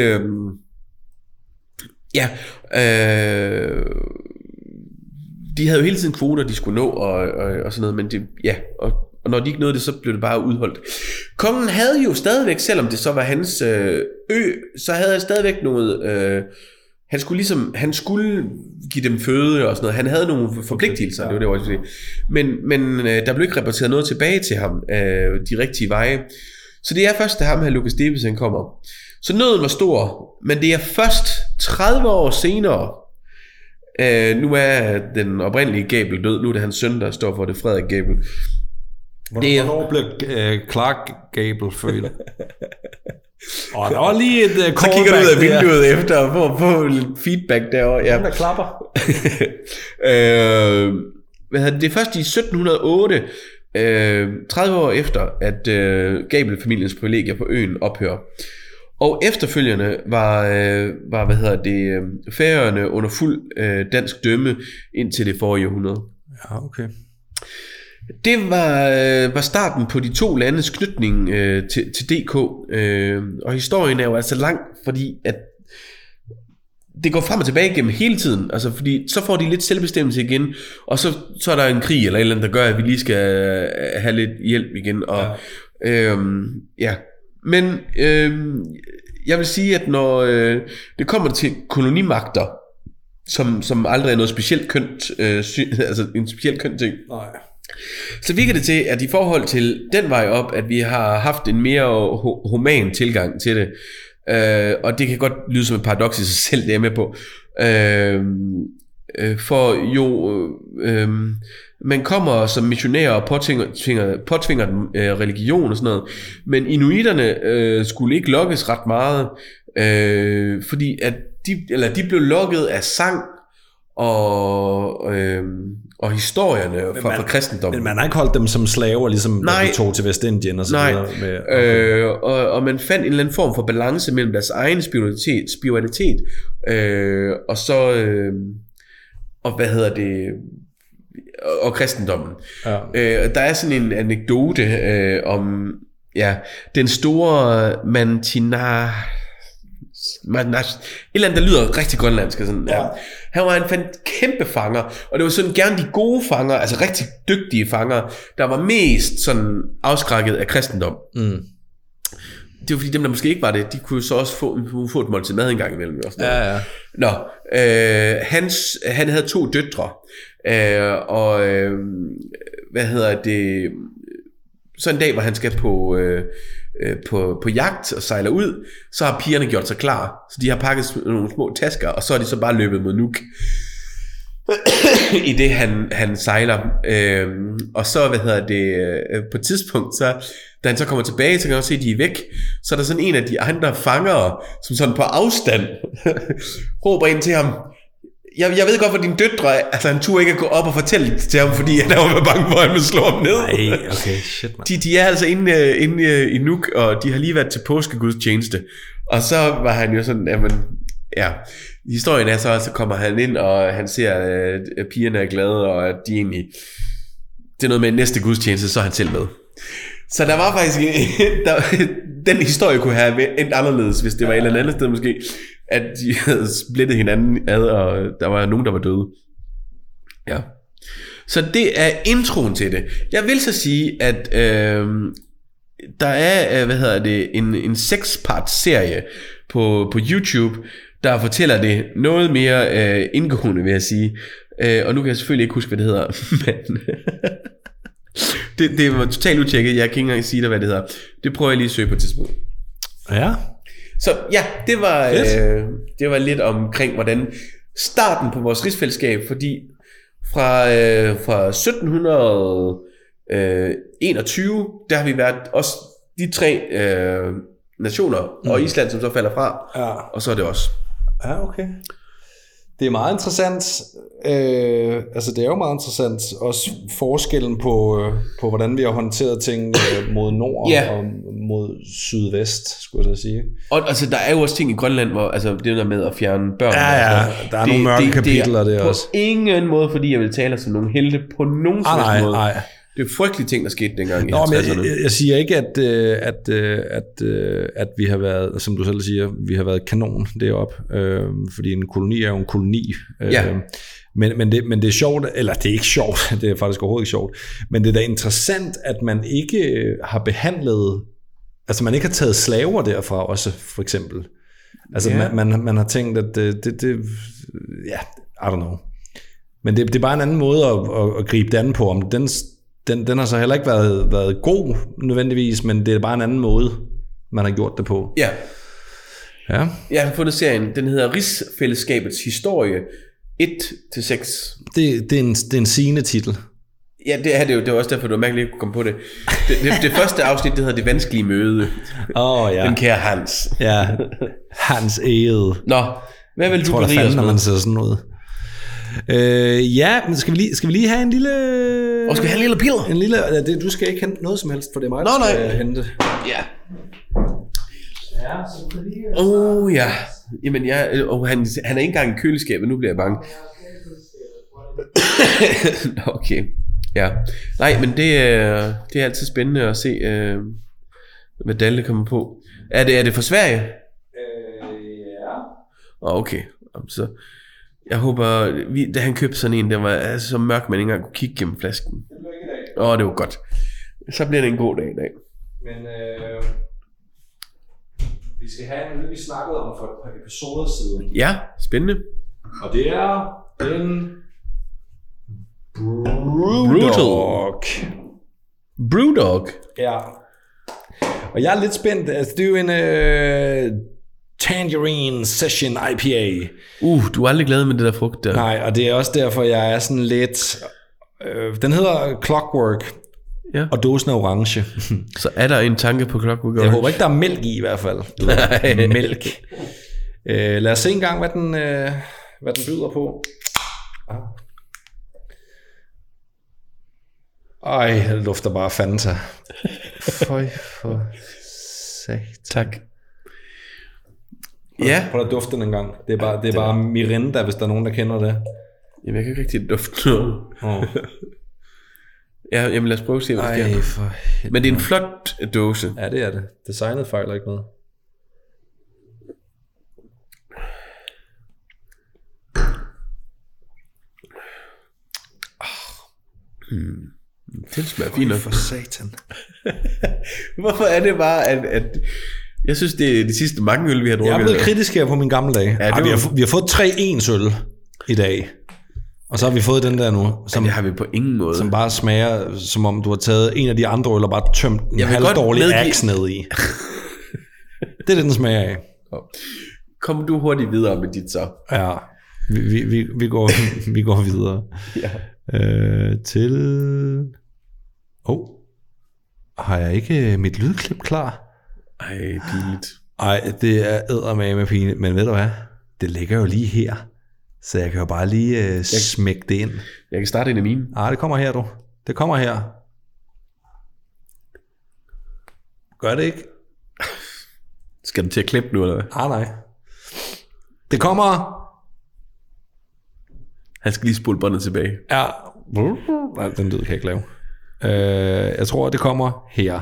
de havde jo hele tiden kvoter, de skulle nå, og sådan noget, men det, og når de ikke nåede det, så blev det bare udholdt. Kongen havde jo stadigvæk, selvom det så var hans så havde han stadigvæk noget... Han skulle give dem føde og sådan noget. Han havde nogle forpligtelser, det var det, jeg ville sige. Men der blev ikke rapporteret noget tilbage til ham de rigtige veje. Så det er først, da ham her Lucas Davidson kommer. Så nøden var stor, men det er først 30 år senere. Nu er den oprindelige Gable død. Nu er det hans søn, der står for det, Frederik Gable. Hvornår blev Clark Gable født? Og der var lige et callback. Så kigger du ud af vinduet efter og får lidt feedback derovre. Ja. Der klapper. Det er først i 1708, 30 år efter, at Gable-familiens privilegier på øen ophører. Og efterfølgende var Færøerne under fuld dansk dømme indtil det forrige århundrede. Ja, okay. Det var starten på de to landes knytning til DK, og historien er jo altså lang, fordi at det går frem og tilbage gennem hele tiden, altså fordi så får de lidt selvbestemmelse igen, og så er der en krig eller et eller andet, der gør, at vi lige skal have lidt hjælp igen, og men jeg vil sige, at når det kommer til kolonimagter, som aldrig er noget specielt kønt, altså en specielt kønt ting. Nej. Så virker det til, at i forhold til den vej op, at vi har haft en mere human tilgang til det, og det kan godt lyde som et paradoks i sig selv, det er med på, for jo man kommer som missionærer og påtvinger dem religion og sådan noget, men inuiterne skulle ikke lokkes ret meget, fordi at de blev lokket af sang og historierne fra kristendommen. Men man har ikke holdt dem som slaver, ligesom de tog til Vestindien og så videre. Og man fandt en eller anden form for balance mellem deres egen spiritualitet og så og kristendommen. Ja. Der er sådan en anekdote om den store Mantinar, et eller andet, der lyder rigtig grønlandsk sådan. Ja. Han var en kæmpe fanger, og det var sådan gerne de gode fanger, altså rigtig dygtige fanger, der var mest sådan afskrækket af kristendom. Det var fordi dem, der måske ikke var det, de kunne så også få et måltid mad en gang imellem. Og sådan noget. Han havde 2 døtre, og så en dag, hvor han skal på jagt og sejler ud, så har pigerne gjort sig klar, så de har pakket nogle små tasker, og så er de så bare løbet mod Nuuk i det han sejler, og så på et tidspunkt, så da han så kommer tilbage, så kan man se, at de er væk, så er der sådan en af de andre fangere, som sådan på afstand råber ind til ham, jeg ved godt, hvor dine døtre, altså han turde ikke at gå op og fortælle det til ham, fordi han var bange for, at han ville slå ham ned. Nej, okay, shit, man. De er altså inde i Nuuk, og de har lige været til påskegudstjeneste. Og så var han jo sådan, historien er så kommer han ind, og han ser, at pigerne er glade, og at de egentlig, det er noget med næste gudstjeneste, så er han selv med. Så der var faktisk, den historie kunne have endt anderledes, hvis det var et eller andet sted måske, at de havde splittet hinanden ad, og der var nogen, der var døde. Ja. Så det er introen til det. Jeg vil så sige, at der er, en 6-part serie på YouTube, der fortæller det noget mere indgående, vil jeg sige. Og nu kan jeg selvfølgelig ikke huske, hvad det hedder, men det var totalt utjekket. Jeg kan ikke engang sige dig, hvad det hedder. Det prøver jeg lige at søge på et tidspunkt. Ja. Så ja, det var lidt omkring, hvordan starten på vores rigsfællesskab, fordi fra 1721, der har vi været også de 3 nationer, og Island, som så falder fra, og så er det også. Ja, okay. Det er meget interessant. Altså det er jo meget interessant også forskellen på hvordan vi har håndteret ting mod nord og mod sydvest, skulle jeg sige. Og altså der er jo også ting i Grønland, hvor altså det der med at fjerne børn. Der er nogle mørke kapitler der også. På ingen måde, fordi jeg vil tale som nogle helte på nogen måde. Nej. Det er frygtelige ting, der skete dengang i Nå, 50'erne. men jeg siger ikke, at vi har været, som du selv siger, vi har været kanon deroppe, fordi en koloni er jo en koloni. Ja. Men det er sjovt, eller det er ikke sjovt, det er faktisk overhovedet ikke sjovt, men det er da interessant, at man ikke har behandlet, altså man ikke har taget slaver derfra også, for eksempel. Altså man har tænkt, at det ja, I don't know. Men det er bare en anden måde at gribe det an på. Om den har så heller ikke været god nødvendigvis, men det er bare en anden måde, man har gjort det på. Ja. Ja. Jeg har fundet serien, den hedder Rigsfællesskabets historie 1-6. Det er en sigende titel. Ja, det er det jo. Det var også derfor, du var mærkeligt ikke kunne komme på det. Det første afsnit, det hedder Det vanskelige møde. Ja. Den kære Hans. Ja, Hans Egede. Nå, hvad vil du berige os når med? man ser sådan ud? Ja, men skal vi lige have en lille... Og skal vi have en lille piller? En lille... Du skal ikke hente noget som helst, for det er mig, der skal hente. Ja. Ja, så kan lige... Ja. Jamen, han er ikke engang i køleskabet, nu bliver jeg bange. Okay. Ja. Nej, men det er altid spændende at se, hvad Dalle kommer på. Er det fra Sverige? Ja. Okay. Så jeg håber, da han købte sådan en, der var så mørk, man ikke engang kunne kigge gennem flasken. Det bliver ikke i dag. Det var godt. Så bliver det en god dag i dag. Men vi skal have noget, vi snakkede om for et par episoder siden. Ja, spændende. Og det er en Brewdog. Ja. Og jeg er lidt spændt. Altså, det er jo en Tangerine Session IPA. Du er aldrig glad med det der frugt der. Nej, og det er også derfor, jeg er sådan lidt... den hedder Clockwork, og dåsen er orange. Så er der en tanke på Clockwork Orange? Jeg håber ikke, der er mælk i hvert fald. Mælk. Lad os se en gang, hvad den byder på. Ej, det lufter bare Fanta. Føj for sat. Tak. Ja. Prøv at dufte den en gang. Det er bare Mirinda, hvis der er nogen, der kender det. Jamen, jeg kan ikke rigtig dufte noget. Ja, jamen lad os prøve at se, hvad der sker. Men det er en flot dåse. Ja, det er det. Designet fejler ikke noget. Det smager fint nok. For satan. Hvorfor er det bare, at jeg synes, det er de sidste mange øl, vi har drukket. Jeg er blevet kritisk her på min gamle dag. Ja, vi har fået 3 ens øl i dag. Og så har vi fået den der nu, som, det har vi på ingen måde. Som bare smager, som om du har taget en af de andre øl og bare tømt en halvdårlig Axe ned i. Det er det, den smager af. Kom du hurtigt videre med dit så. Ja, vi går videre. Ja. Til... har jeg ikke mit lydklip klar? Ej, pinligt. Ej, det er eddermame pinligt, men ved du hvad? Det ligger jo lige her. Så jeg kan jo bare lige smække det ind. Jeg kan starte en af mine. Nej, det kommer her, du. Det kommer her. Gør det ikke? Skal du til at klippe nu, eller hvad? Nej. Det kommer... Han skal lige spole båndet tilbage. Ja. Nej, den lyd kan jeg ikke lave. Jeg tror, det kommer her.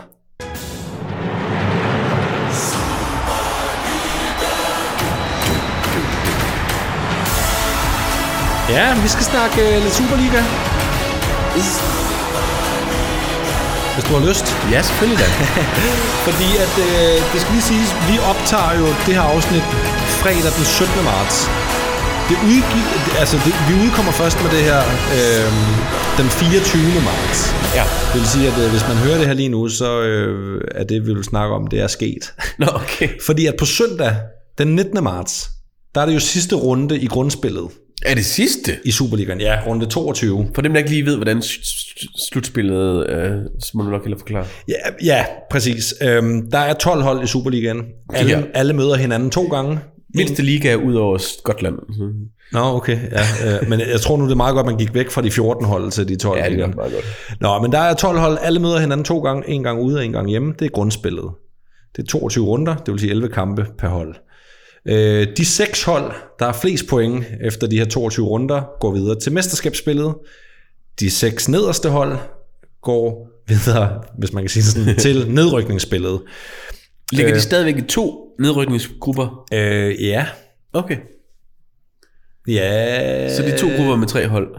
Ja, vi skal snakke lidt Superliga. Hvis du har lyst. Ja, selvfølgelig da. Fordi at, det skal lige siges, vi optager jo det her afsnit fredag den 17. marts. Vi udkommer først med det her den 24. marts. Ja. Det vil sige, at hvis man hører det her lige nu, så er det, vi vil snakke om, det er sket. Nå, okay. Fordi at på søndag, den 19. marts, der er det jo sidste runde i grundspillet. Er det sidste? I Superligaen, ja, runde 22. For dem, der ikke lige ved, hvordan slutspillet, så må du nok hellere forklare. Ja, præcis. Der er 12 hold i Superligaen. Alle møder hinanden 2 gange. Mindste liga ud over Skotland. Nå, okay. Ja, men jeg tror nu, det er meget godt, man gik væk fra de 14 hold til de 12. Ja, det er meget godt. Nå, men der er 12 hold. Alle møder hinanden 2 gange. 1 gang ude og 1 gang hjemme. Det er grundspillet. Det er 22 runder. Det vil sige 11 kampe per hold. De 6 hold, der har flest point efter de her 22 runder, går videre til mesterskabsspillet. De 6 nederste hold går videre, hvis man kan sige sådan, til nedrykningsspillet. Ligger de stadigvæk i 2 nedrykningsgrupper? Ja. Okay. Ja. Så de 2 grupper med 3 hold?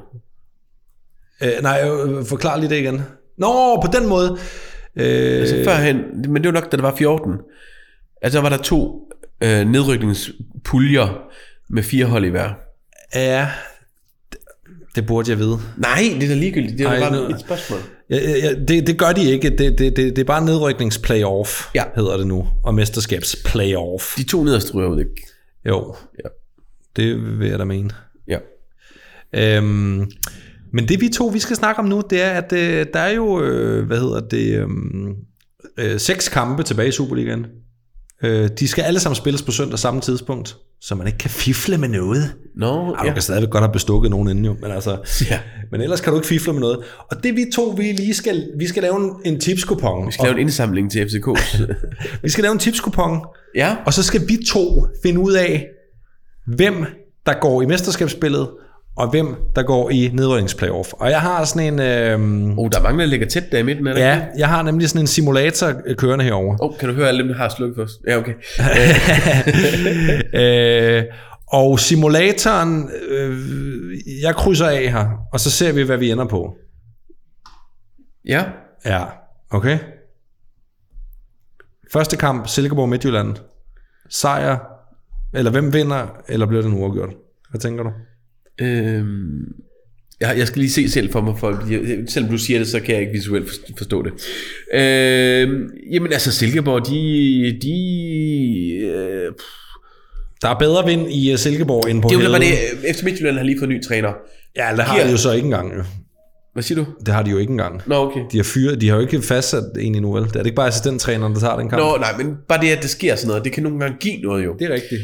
Forklar lige det igen. Nå, på den måde. Altså førhen, men det var nok, da der var 14. Altså var der 2 nedrykningspuljer med 4 hold i hver. Ja, det burde jeg vide. Nej, det er da ligegyldigt. Det er bare et spørgsmål. Det gør de ikke. Det er bare nedrykningsplayoff, hedder det nu. Og mesterskabsplayoff. De 2 nederste ryger ud, ikke? Jo, det vil jeg da mene. Ja. Men det vi skal snakke om nu, det er, at der er jo, 6 kampe tilbage i Superligaen. De skal alle sammen spilles på søndag samme tidspunkt, så man ikke kan fifle med noget. Du kan stadigvæk godt have bestukket nogen inden jo, men ellers kan du ikke fifle med noget. Og det vi skal lave en tipskupon. Vi skal lave en indsamling til FCK. Vi skal lave en tipskupon, ja. Og så skal vi 2 finde ud af, hvem der går i mesterskabsspillet, og hvem der går i nedrykningsplayoff. Og jeg har sådan en... der er mange, der ligger tæt der i midten, er det ja, ikke? Jeg har nemlig sådan en simulator kørende herover. Kan du høre alle dem, der har slukket først? Ja, okay. Og simulatoren, jeg krydser af her, og så ser vi, hvad vi ender på. Ja. Ja, okay. Første kamp, Silkeborg Midtjylland. Sejr, eller hvem vinder, eller bliver det nu uafgjort? Hvad tænker du? Jeg skal lige se selv for mig, selvom du siger det, så kan jeg ikke visuelt forstå det. Jamen altså Silkeborg, der er bedre vind i Silkeborg end på Hede. Det er jo det, FC Midtjylland har lige fået ny træner. Ja, det har de jo så ikke engang. Hvad siger du? Det har de jo ikke engang. Nå, okay. De har jo ikke fastsat en endnu, vel? Det er ikke bare assistenttræneren, der tager den kamp. Nå, nej, men bare det, at det sker sådan noget, det kan nogle gange give noget jo. Det er rigtigt.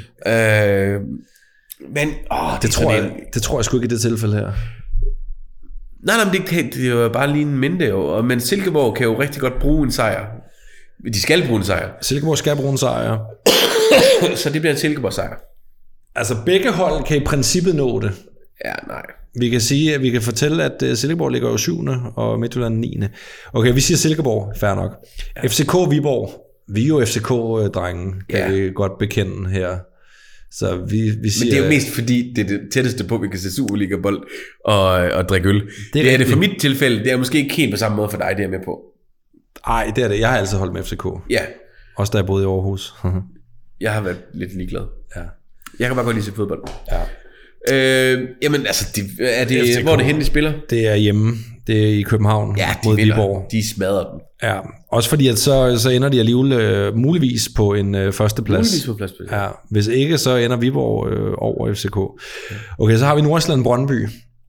Men det tror jeg sgu ikke i det tilfælde her. Nej, men det er jo bare lige en mindre jo. Men Silkeborg kan jo rigtig godt bruge en sejr. De skal bruge en sejr. Silkeborg skal bruge en sejr. Så det bliver en Silkeborg sejr. Altså begge hold kan i princippet nå det. Ja, nej. Vi kan sige, at vi kan fortælle, at Silkeborg ligger jo 7. og Midtjylland 9. Okay, vi siger Silkeborg, fair nok. Ja. FCK Viborg. Vi er jo FCK-drengen, kan vi godt bekende her. Så vi siger, men det er jo mest fordi, det er det tætteste på, vi kan se Superliga-bold og drikke øl. Det er det for mit tilfælde. Det er måske ikke helt på samme måde for dig, det er jeg med på. Nej, det er det. Jeg har altid holdt med FCK. Ja. Også da jeg boede i Aarhus. Jeg har været lidt ligeglad. Ja. Jeg kan bare godt lide se fodbold. Ja. Jamen altså, hvor er det henne, de spiller? Det er hjemme. Det er i København mod Viborg. De smadrer den. Ja, også fordi at så ender de alligevel muligvis på en førsteplads. Muligvis på plads. Ja, hvis ikke, så ender Viborg over FCK. Okay, så har vi Nordsjælland Brøndby.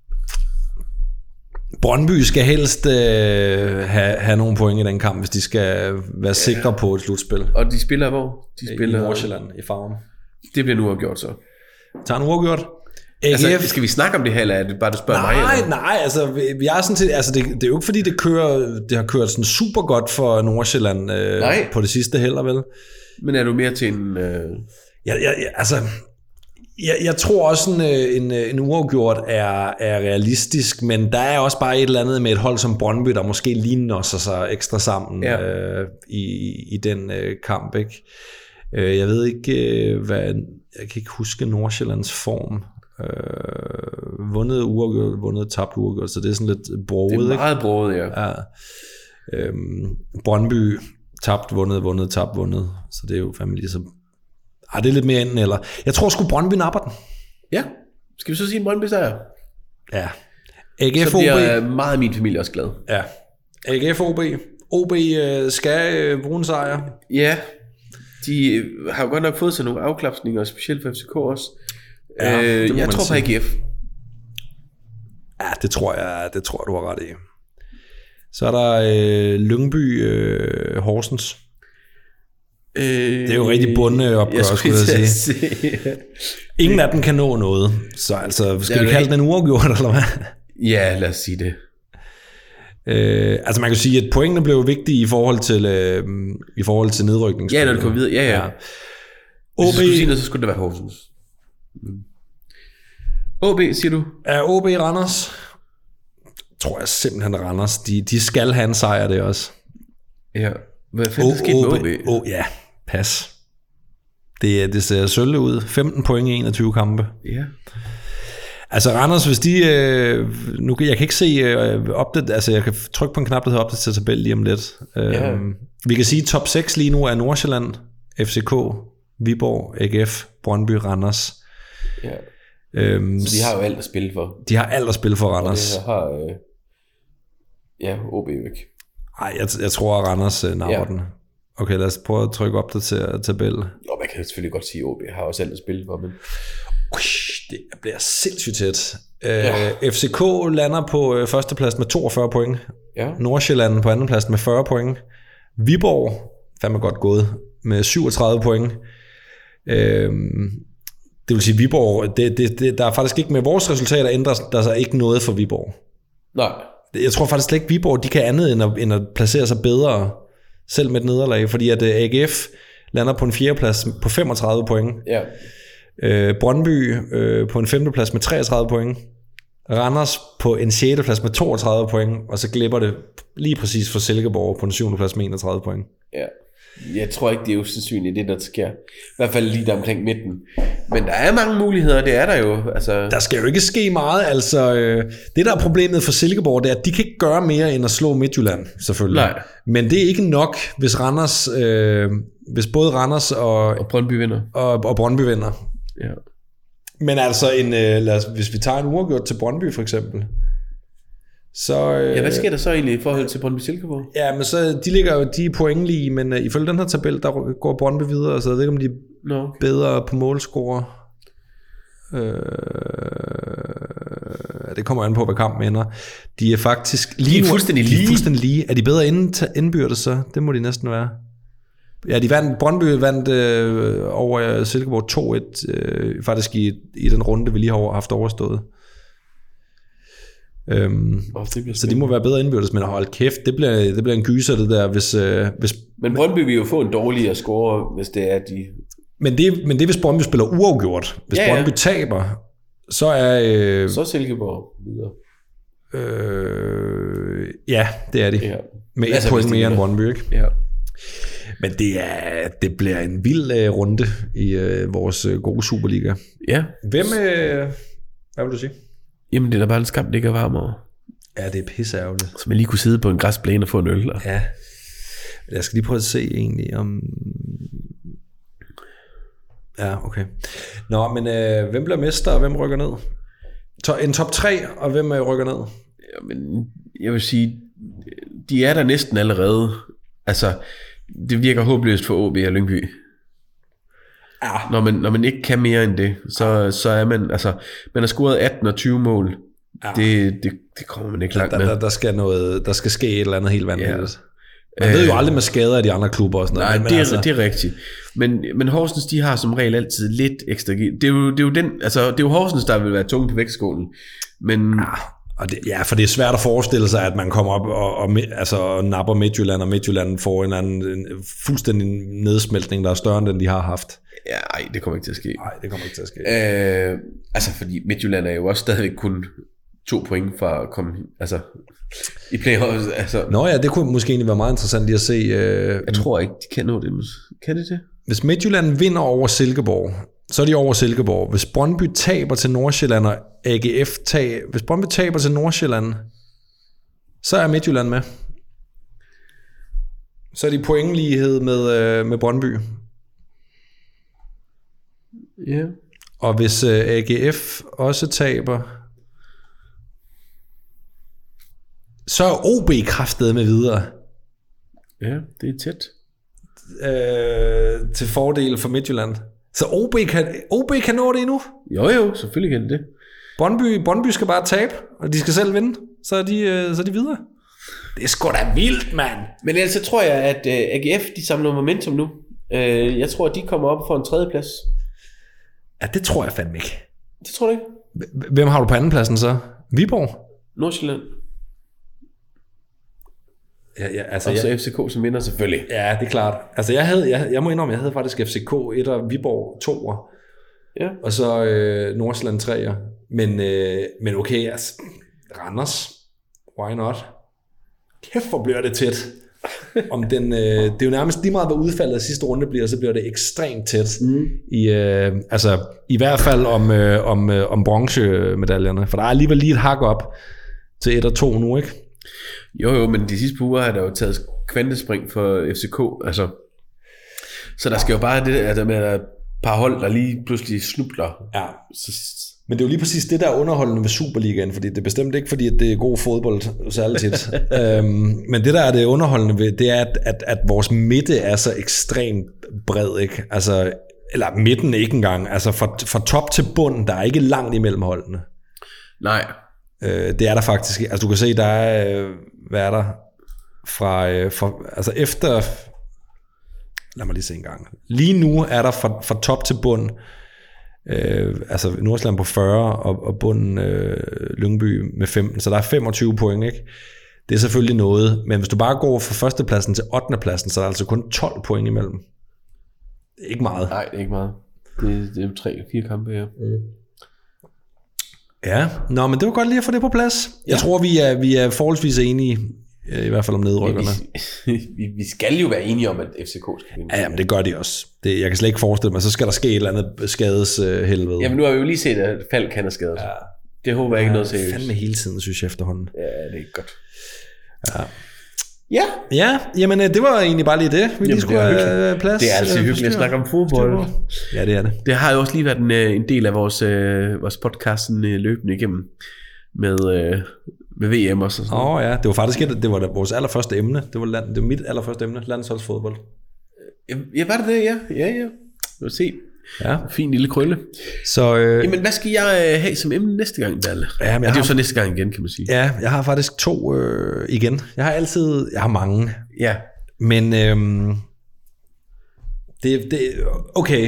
Brøndby skal helst have nogle point i den kamp, hvis de skal være sikre på et slutspil. Og de spiller hvor? De spiller i Nordsjælland, i Farum. Det bliver nu afgjort så. Tager en uafgjort. Altså, skal vi snakke om det her, eller er det bare, du spørger mig? Eller? Nej, altså, vi er sådan set, altså det er jo ikke fordi, det har kørt sådan super godt for Nordsjælland på det sidste heller, vel? Men er du mere til en... Jeg tror også, en uafgjort er realistisk, men der er også bare et eller andet med et hold som Brøndby, der måske ligner sig ekstra sammen i den kamp, ikke? Jeg ved ikke, jeg kan ikke huske Nordsjællands form. Vundet uafgjort, vundet tabt uafgjort, så det er sådan lidt broget, ikke? Det er meget broget, ja. Brøndby tabt, vundet, tabt, vundet, så det er jo fandme ligesom... det er lidt mere enten eller. Jeg tror sgu Brøndby napper den. Ja, skal vi så sige en Brøndby sejr? Ja. AGF så bliver meget af min familie også glad. Ja. AGF OB. OB skal bruge en sejr. Ja, de har jo godt nok fået sig nogle afklapsninger, specielt for FCK også. Ja, jeg tror på AGF. Ja, det tror jeg, du har ret i. Så er der Lyngby Horsens. Det er jo rigtig bundeopgør, skulle jeg sige. Ingen af dem kan nå noget. Så altså, skal vi kalde den en uafgjort, eller hvad? Ja, lad os sige det. Altså man kan sige, at pointene blev vigtige i forhold til nedrykningsspil. Ja, når det kommer videre. Ja. Hvis du skulle sige noget, så skulle det være Horsens. OB, siger du? Er OB Randers? tror jeg simpelthen, Randers, de skal have en sejr, det også. Ja, hvad fanden skete med OB? Ja, pas. Det ser sølve ud. 15 point i 21 kampe. Ja. Altså Randers, hvis de... nu, jeg kan ikke se altså jeg kan trykke på en knap, der hedder opdater tabel lige om lidt. Vi kan sige, at top 6 lige nu er Nordsjælland, FCK, Viborg, AGF, Brøndby, Randers. Ja. Så de har jo alt at spille for. De har alt at spille for, Randers. Og det har OB væk. Nej, jeg tror, at Randers napper den. Okay, lad os prøve at trykke op til tabel. Jo, man kan selvfølgelig godt sige, at OB har også alt at spille for, men... Det bliver sindssygt tæt. FCK lander på førsteplads med 42 point. Ja. Nordsjælland på andenplads med 40 point. Viborg, fandme godt gået, med 37 point. Det vil sige, Viborg, der er faktisk ikke med vores resultater ændrer der sig ikke noget for Viborg. Nej. Jeg tror faktisk slet ikke, Viborg de kan andet end at placere sig bedre, selv med et nederlag, fordi at AGF lander på en 4. plads på 35 point. Ja. Brøndby på en 5. plads med 33 point. Randers på en 6. plads med 32 point, og så glipper det lige præcis for Silkeborg på en 7. plads med 31 point. Ja. Jeg tror ikke, det er usandsynligt, det der sker. I hvert fald lige der omkring midten. Men der er mange muligheder, det er der jo. Altså... Der skal jo ikke ske meget. Altså, det der er problemet for Silkeborg, det er, at de kan ikke gøre mere end at slå Midtjylland, selvfølgelig. Nej. Men det er ikke nok, hvis Randers, hvis både Randers og Brøndby vinder. Og Brøndby vinder. Ja. Men altså, hvis vi tager en uafgjort til Brøndby for eksempel, så... hvad sker der så egentlig i forhold til Brøndby Silkeborg? Ja, men så de ligger jo de pointlige, men ifølge den her tabel, der går Brøndby videre, så jeg ved ikke, om de er bedre på målscore. Det kommer an på, hvad kampen ender. De er faktisk lige nu, fuldstændig lige. Er de bedre indbyrdes så? Det må de næsten være. Ja, Brøndby vandt over Silkeborg 2-1, faktisk i den runde, vi lige har haft overstået. Så de må være bedre indbyrdes, men hold kæft, det bliver en gyser det der, hvis men Brøndby vil jo få en dårligere score, hvis det er de... Men det er, hvis Brøndby spiller uafgjort. Hvis Brøndby taber, så er... så er Silkeborg videre. Ja, det er de. Ja. Med et point mere end Brøndby, ikke? Ja. Men det bliver en vild runde i vores gode Superliga. Ja. Hvad vil du sige? Jamen, det er da bare en skam, det ikke er varmere. Ja, det er pisseærgerligt. Så man lige kunne sidde på en græsplæne og få en øl. Ja. Jeg skal lige prøve at se egentlig om... Ja, okay. Nå, men hvem bliver mester, og hvem rykker ned? En top 3, og hvem rykker ned? Jamen, jeg vil sige, de er der næsten allerede. Altså, det virker håbløst for OB og Lyngby. Ja. Når man ikke kan mere end det, så er man, altså, man har scoret 18 og 20 mål. Ja. Det kommer man ikke langt med. Der skal ske et eller andet helt vanvittigt. Ja. Man ved jo aldrig med skader af de andre klubber og sådan noget. Nej, det er rigtigt. Men Horsens, de har som regel altid lidt ekstra. Det er jo Horsens, der vil være tunge på vægtskålen. Men for det er svært at forestille sig, at man kommer op og napper Midtjylland, og Midtjylland får en fuldstændig nedsmeltning, der er større end den, de har haft. Ja, nej, det kommer ikke til at ske. Fordi Midtjylland er jo også stadigvæk kun 2 point fra at komme i playoffs. Nå ja, det kunne måske egentlig være meget interessant lige at se. Jeg tror ikke, de kan nå det. Kan det? Hvis Midtjylland vinder over Silkeborg, så er de over Silkeborg. Hvis Brøndby taber til Nordsjælland, og AGF hvis Brøndby taber til Nordsjælland, så er Midtjylland med. Så er de pointlighed med Brøndby. Ja. Yeah. Og hvis AGF også taber, så er OB kraftet med videre. Ja, det er tæt. Til fordel for Midtjylland. Så OB kan nå det endnu? Jo, selvfølgelig kan det. Brøndby skal bare tabe, og de skal selv vinde. Så er de videre. Det er sgu da vildt, mand. Men ellers så tror jeg, at AGF de samler momentum nu. Jeg tror, at de kommer op for en 3. plads. Ja, det tror jeg fandme ikke. Det tror du ikke? Hvem har du på andenpladsen så? Viborg? Nordsjælland. Ja, og så FCK som vinder selvfølgelig. Ja, det er klart. Altså jeg må indrømme, jeg havde faktisk FCK 1'er, Viborg 2'er. Ja. Og så Nordsjælland 3'er. Men okay, altså Randers Why not? Kæft, hvor bliver det tæt. Om den, det er jo nærmest lige meget, hvad udfaldet af sidste runde bliver, så bliver det ekstremt tæt. I hvert fald om bronzemedaljerne. For der er alligevel lige et hak op til 1 og 2 nu, ikke? Jo, men de sidste par uger har der jo taget kvantespring for FCK. Altså, så der skal jo bare det der med et par hold, der lige pludselig snubler. Ja. Men det er jo lige præcis det, der er underholdende ved Superligaen, fordi det er bestemt ikke, fordi det er god fodbold særligt tit. Men det, der er det underholdende ved, det er, at vores midte er så ekstremt bred, ikke? Altså, eller midten ikke engang. Altså, fra top til bund, der er ikke langt imellem holdene. Nej. Det er der faktisk. Altså, du kan se, der er, hvad er der? Altså, efter... Lad mig lige se en gang. Lige nu er der fra top til bund, altså Nordsjælland på 40 og bunden Lyngby med 15, så der er 25 point, ikke? Det er selvfølgelig noget, men hvis du bare går fra førstepladsen til 8. pladsen, så er der altså kun 12 point imellem. Det er ikke meget. Nej, det er ikke meget. Det er 3-4 kampe her. Ja, nå, men det var godt lige at få det på plads. Jeg tror, vi er forholdsvis enige, i hvert fald om nedrykkerne. Vi skal jo være enige om, at FCK skal vinde. Ja, men det gør de også. Jeg kan slet ikke forestille mig, så skal der ske et eller andet skadeshelvede. Jamen nu har vi jo lige set, at Falk kan have skadet. Ja. Det håber jeg ikke noget seriøst. Fandme hele tiden, synes jeg efterhånden. Ja, det er ikke godt. Ja, jamen det var egentlig bare lige det. Vi lige skulle have plads. Det er altid hyggeligt at snakke om fodbold. Ja, det er det. Det har jo også lige været en del af vores podcast løbende igennem med VM også. Ja, det var faktisk det var vores allerførste emne. Det var mit allerførste emne, landsholdsfodbold. Ja, var det? Ja. Du vil se. Ja. Fin lille krølle. Så, jamen, hvad skal jeg have som emne næste gang, Balle? Ja, det er jo så næste gang igen, kan man sige. Ja, jeg har faktisk 2 igen. Jeg har mange. Ja. Men okay.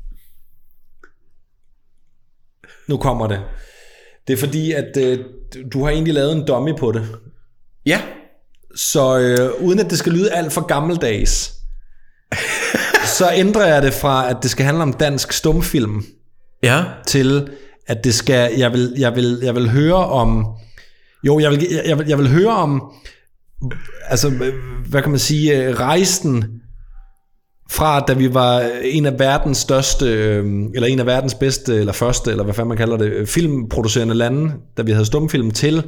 Nu kommer det. Det er fordi, at du har egentlig lavet en dummy på det. Ja. Så uden at det skal lyde alt for gammeldags, så ændrer jeg det fra, at det skal handle om dansk stumfilm, til at det skal, jeg vil høre om, jeg vil høre om, altså, hvad kan man sige, rejsen fra, da vi var en af verdens største, eller en af verdens bedste, eller første, eller hvad fanden man kalder det, filmproducerende lande, da vi havde stumfilm, til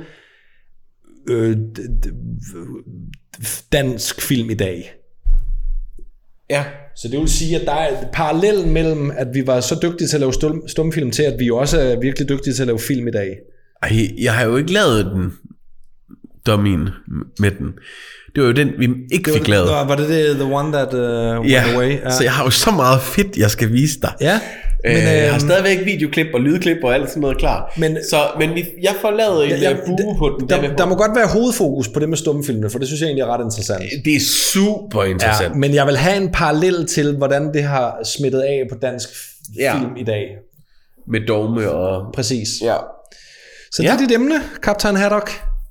dansk film i dag. Ja. Så det vil sige, at der er parallellen mellem, at vi var så dygtige til at lave stumfilm, til at vi også er virkelig dygtige til at lave film i dag. Ej, jeg har jo ikke lavet den, dummien med den. Det var jo den, vi ikke fik lavet. Var det the one that went away? Ja, så jeg har jo så meget fedt, jeg skal vise dig. Ja. Men, jeg har stadigvæk videoklip og lydklip og alt sådan noget klar. Men jeg får lavet en bue på den. Der må godt være hovedfokus på det med stumfilmene, for det synes jeg egentlig er ret interessant. Det er super interessant. Ja, men jeg vil have en parallel til, hvordan det har smittet af på dansk film i dag. Med dogme og... Præcis. Ja. Så det er dit emne, Kaptajn Haddock.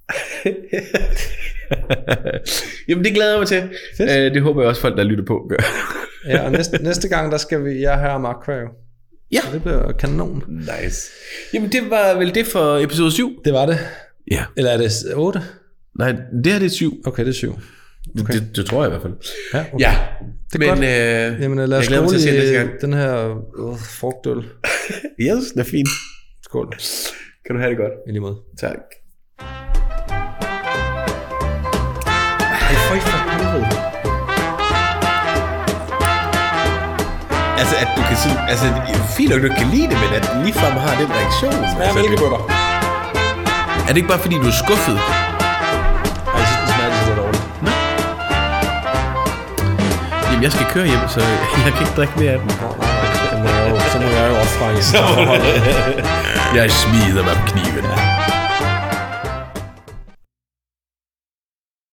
Jamen det glæder jeg mig til. Det håber jeg også folk, der lytter på, gør. Ja, og næste gang, der skal jeg have om akvarie. Ja. Så det bliver kanon. Nice. Jamen det var vel det for episode 7? Det var det. Ja. Eller er det 8? Nej, det her det er 7. Okay, det er 7. Okay. Det tror jeg i hvert fald. Ja, okay. Ja. Det er godt. Jamen lad os skåle den her frugtøl. Yes, den er fin. Skål. Kan du have det godt. I lige måde. Tak. Ej, for helvede. Altså, at du kan sige... Altså, fint nok, du kan lide det, men at den ligefrem har den reaktion. Ja, men ikke bøtter. Er det ikke bare, fordi du er skuffet? Ej, jeg synes, den smager lidt dårligt. Nå. Jamen, jeg skal køre hjem, så jeg kan ikke drikke mere af den. Så må jeg jo opfange. Jeg smider mig på kniven.